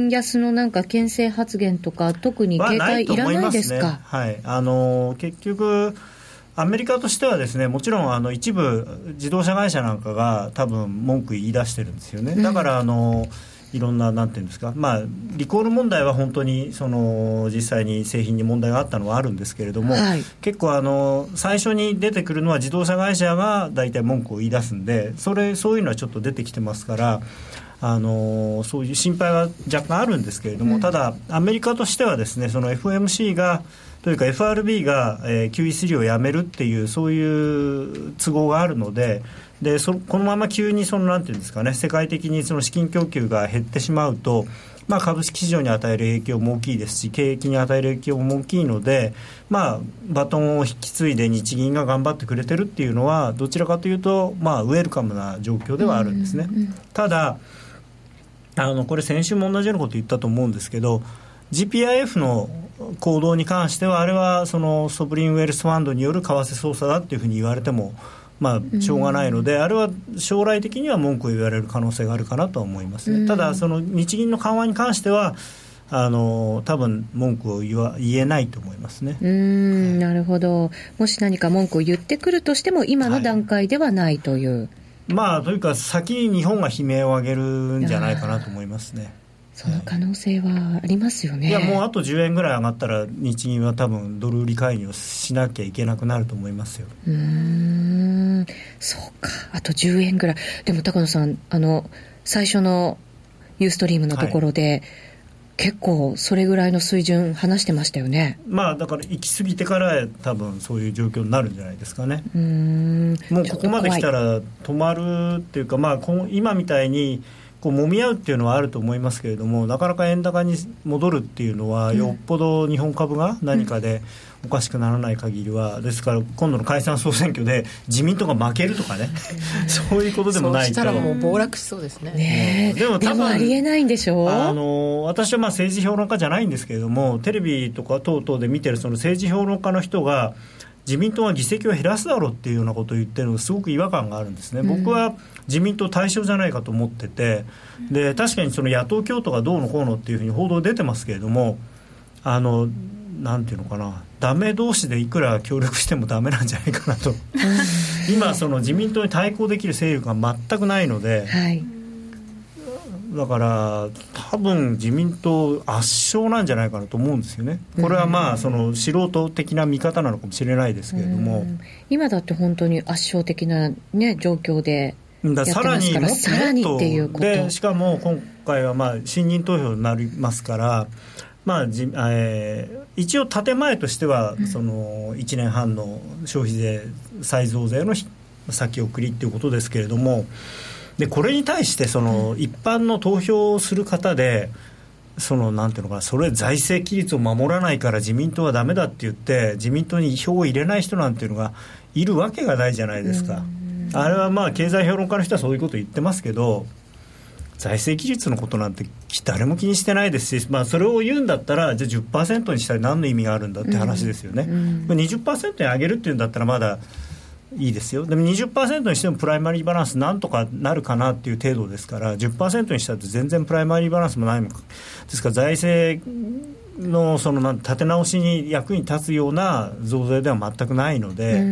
円安のなんか牽制発言とか特に警戒いらないですか？ はい、あの結局アメリカとしてはですね、もちろんあの一部自動車会社なんかが多分文句言い出してるんですよね。だからあの、うん、いろんななんていうんですか、まあ、リコール問題は本当にその実際に製品に問題があったのはあるんですけれども、はい、結構あの最初に出てくるのは自動車会社が大体文句を言い出すんで、それそういうのはちょっと出てきてますから、あのそういう心配は若干あるんですけれども、うん、ただアメリカとしてはですね、その エフオーエムシー がというか エフアールビー が、えー、キューイースリー をやめるっていうそういう都合があるので、でそこのまま急にそのなんていうんですかね、世界的にその資金供給が減ってしまうと、まあ、株式市場に与える影響も大きいですし、景気に与える影響も大きいので、まあ、バトンを引き継いで日銀が頑張ってくれてるっていうのはどちらかというと、まあ、ウェルカムな状況ではあるんですね、うんうん、ただあのこれ先週も同じようなこと言ったと思うんですけど、 ジーピーアイエフ の行動に関してはあれはそのソブリンウェルスファンドによる為替操作だっていうふうに言われてもまあしょうがないので、あれは将来的には文句を言われる可能性があるかなとは思いますね。ただその日銀の緩和に関してはあの多分文句を言わ言えないと思いますね。 うーん、なるほど。もし何か文句を言ってくるとしても今の段階ではないという、はい、まあというか先に日本が悲鳴を上げるんじゃないかなと思いますね。 その可能性はありますよね。 いやもうあとじゅうえんぐらい上がったら日銀は多分ドル売り介入をしなきゃいけなくなると思いますよ。 うーん、そうか、あとじゅうえんぐらい。でも高野さん、あの最初のユーストリームのところで、はい、結構それぐらいの水準話してましたよね。 まあだから行き過ぎてから多分そういう状況になるんじゃないですかね。うーん、もうここまで来たら止まるっていうか、まあ今みたいにこう揉み合うっていうのはあると思いますけれども、なかなか円高に戻るっていうのはよっぽど日本株が何かでおかしくならない限りは、ですから今度の解散総選挙で自民党が負けるとかねそういうことでもないと。 そうしたらもう暴落しそうですね。 ねえ、でも多分でもありえないんでしょう。 あの私はまあ政治評論家じゃないんですけれども、テレビとか等々で見てるその政治評論家の人が自民党は議席を減らすだろうっていうようなことを言ってるのがすごく違和感があるんですね、うん、僕は自民党対象じゃないかと思ってて、で確かにその野党共闘がどうのこうのっていうふうに報道出てますけれども、あのなんていうのかな、ダメ同士でいくら協力してもダメなんじゃないかなと今その自民党に対抗できる勢力が全くないので、はい、だから多分自民党圧勝なんじゃないかなと思うんですよね。これはまあその素人的な見方なのかもしれないですけれども、うん、 今だって本当に圧勝的な、ね、状況でやってますから、 ださらにもっとさらにっていうことで、しかも今回はまあ信任投票になりますから、まあじえー、一応建前としてはそのいちねんはんの消費税再増税の先送りということですけれども、でこれに対してその一般の投票をする方でそのなんていうのかな、それ財政規律を守らないから自民党はダメだって言って自民党に票を入れない人なんていうのがいるわけがないじゃないですか。あれはまあ経済評論家の人はそういうことを言ってますけど、財政規律のことなんて誰も気にしてないですし、まあ、それを言うんだったらじゃあ じゅっパーセント にしたら何の意味があるんだって話ですよね、うんうん、にじゅっパーセント に上げるっていうんだったらまだいいですよ。でも にじゅっパーセント にしてもプライマリーバランスなんとかなるかなっていう程度ですから、 じゅっパーセント にしたって全然プライマリーバランスもないのか。ですから財政のその立て直しに役に立つような増税では全くないので、うん、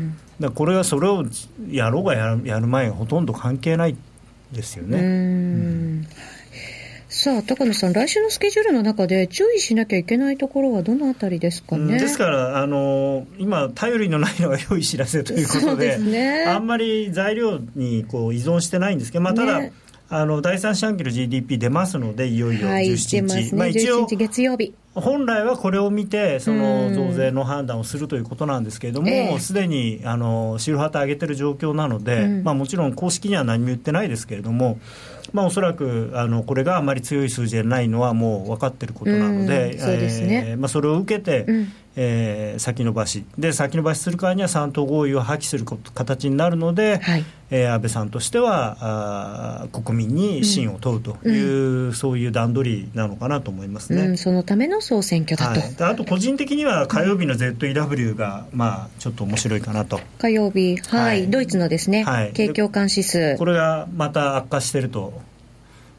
だからこれはそれをやろうがやる、やる前がほとんど関係ないですよね。うん、うんさあ高野さん、来週のスケジュールの中で注意しなきゃいけないところはどのあたりですかね。 ですからあの今頼りのないのが良い知らせということ で, で、ね、あんまり材料にこう依存してないんですけど、まあ、ただ、ね、あのだいさん四半期の ジーディーピー 出ますので、いよいよじゅうしちにち、はい、出ますね、まあ、一応じゅうしちにち月曜日、本来はこれを見てその増税の判断をするということなんですけれども、すで、えー、にあの白旗上げてる状況なので、うん、まあ、もちろん公式には何も言ってないですけれども、まあ、おそらくあのこれがあまり強い数字でないのはもう分かっていることなので、それを受けて、うん、えー、先延ばしで先延ばしするからにはさん党合意を破棄する形になるので、はい、えー、安倍さんとしてはあ国民に信を問うという、うん、そういう段取りなのかなと思いますね、 うん、そのための総選挙だと、 はい、あと個人的には火曜日の ゼットイーダブリュー が、まあ、ちょっと面白いかなと。 火曜日、はいはい、ドイツのですね、はい、景況感指数、 これがまた悪化してると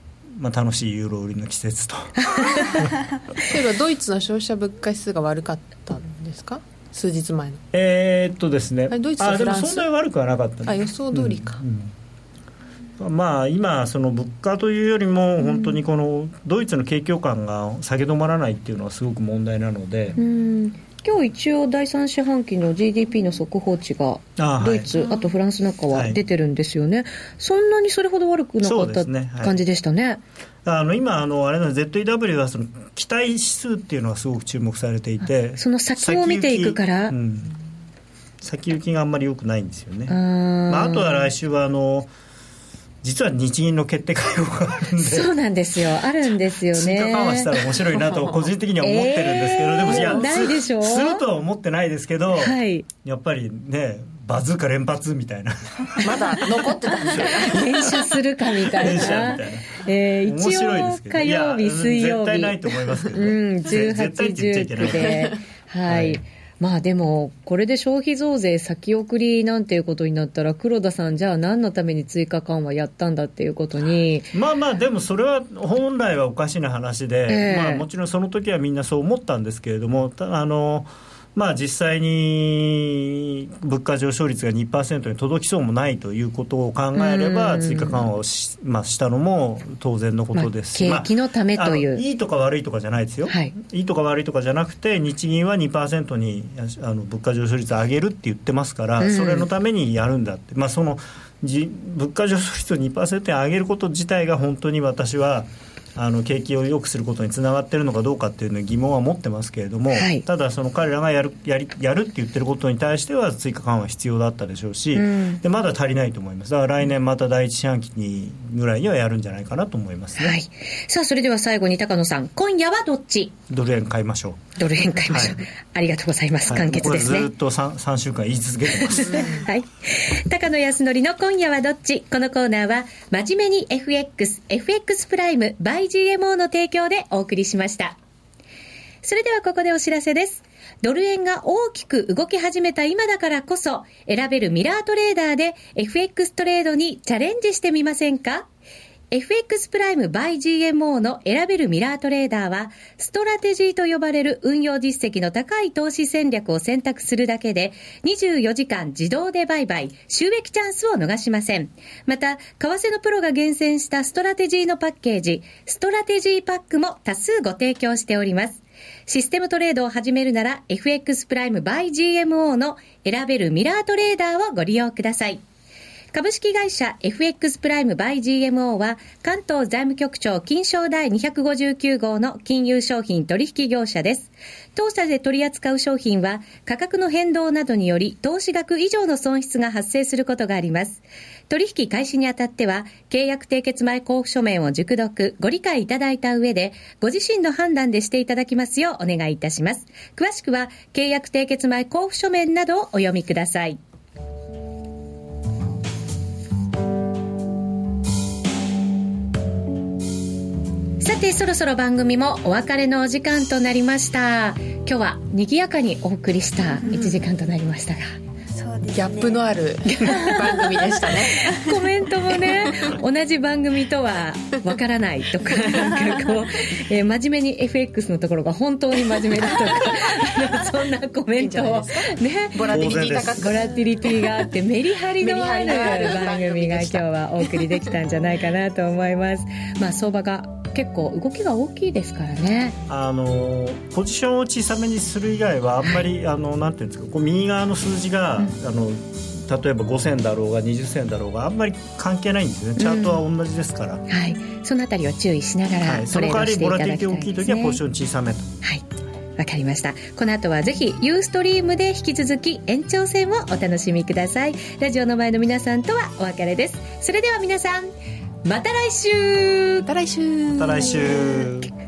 まあ、楽しいユーロ売りの季節と例えばドイツの消費者物価指数が悪かったんですか、数日前の。 えー、っとですね、 ドイツとフランス、 あでもそんなに悪くはなかった、ね、 あ予想通りか、 うんうん、まあ今その物価というよりも本当にこのドイツの景況感が下げ止まらないっていうのはすごく問題なので、 うん、今日一応第三四半期の ジーディーピー の速報値がドイツ あ,、はい、あとフランスなんかは出てるんですよね、はい、そんなにそれほど悪くなかった感じでしたね。 あの今あのあれの ゼットイーダブリュー はその期待指数っていうのがすごく注目されていて、 その先を見ていくから、 先行き、うん、先行きがあんまり良くないんですよね。あ、まあ、あとは来週はあの実は日銀の決定会合があるんで、 そうなんですよ、あるんですよね。 追加緩和したら面白いなと個人的には思ってるんですけど、えー、でもいやないでしょう、 するとは思ってないですけど、 はい、 やっぱりねバズーカ連発みたいなまだ残ってたんですよ連射するかみたいな連射みたいな、 えー、一応火曜日水曜日絶対ないと思いますけど、 うん、じゅうはち、じゅうきゅうではい、まあでもこれで消費増税先送りなんていうことになったら、黒田さんじゃあ何のために追加緩和やったんだっていうことに、 まあまあでもそれは本来はおかしな話で、えーまあ、もちろんその時はみんなそう思ったんですけれども、たあのまあ、実際に物価上昇率が にパーセント に届きそうもないということを考えれば追加緩和を し,、まあ、したのも当然のことですし、 まあ、景気のためという、 まあ、いいとか悪いとかじゃないですよ、はい、いいとか悪いとかじゃなくて日銀は にパーセント にあの物価上昇率を上げるって言ってますから、うん、それのためにやるんだって、まあ、そのじ物価上昇率を にパーセント に上げること自体が本当に私はあの景気を良くすることにつながっているのかどうかっていうのに疑問は持ってますけれども、はい、ただその彼らがやる、やり、やるって言ってることに対しては追加緩和必要だったでしょうし、うん、でまだ足りないと思います。だから来年また第一四半期にぐらいにはやるんじゃないかなと思いますね、はい、 さあそれでは最後に高野さん、今夜はどっち？ ドル円買いましょう。 ドル円買いましょう、はい、ありがとうございます、簡潔ですね。 これずっと 3, 3週間言い続けてますはい、高野康則の今夜はどっち。このコーナーは真面目に エフエックス エフエックス プライム by ジーエムオー の提供でお送りしました。それではここでお知らせです。ドル円が大きく動き始めた今だからこそ選べるミラートレーダーで エフエックス トレードにチャレンジしてみませんか？ エフエックス プライム by ジーエムオー の選べるミラートレーダーはストラテジーと呼ばれる運用実績の高い投資戦略を選択するだけでにじゅうよじかん自動で売買、収益チャンスを逃しません。また為替のプロが厳選したストラテジーのパッケージストラテジーパックも多数ご提供しております。システムトレードを始めるなら エフエックス プライム by ジーエムオー の選べるミラートレーダーをご利用ください。株式会社 エフエックス プライム by ジーエムオー は関東財務局長金商第にひゃくごじゅうきゅう号の金融商品取引業者です。当社で取り扱う商品は価格の変動などにより投資額以上の損失が発生することがあります。取引開始にあたっては契約締結前交付書面を熟読ご理解いただいた上でご自身の判断でしていただきますようお願いいたします。詳しくは契約締結前交付書面などをお読みください。さてそろそろ番組もお別れのお時間となりました。今日は賑やかにお送りしたいちじかんとなりましたが、 ギャップのある番組でしたねコメントもね同じ番組とはわからないとかなんかこう、えー、真面目に エフエックス のところが本当に真面目だとかそんなコメントをね、 ボラティリティ高くボラティリティがあってメリハリのある番組が今日はお送りできたんじゃないかなと思います。まあ相場が結構動きが大きいですからね。 あのポジションを小さめにする以外はあんまり、はい、あのなんていうんですか、こう右側の数字が、うん、あの例えばごせんだろうがにじゅっせんだろうがあんまり関係ないんですね。チャートは同じですから、うん、 はい、そのあたりを注意しながらトレードしていただきたいですね。その代わりボラティリティ大きい時はポジション小さめと、はい、わかりました。この後はぜひユーストリームで引き続き延長戦をお楽しみください。ラジオの前の皆さんとはお別れです。それでは皆さんまた来週。 また来週。 また来週。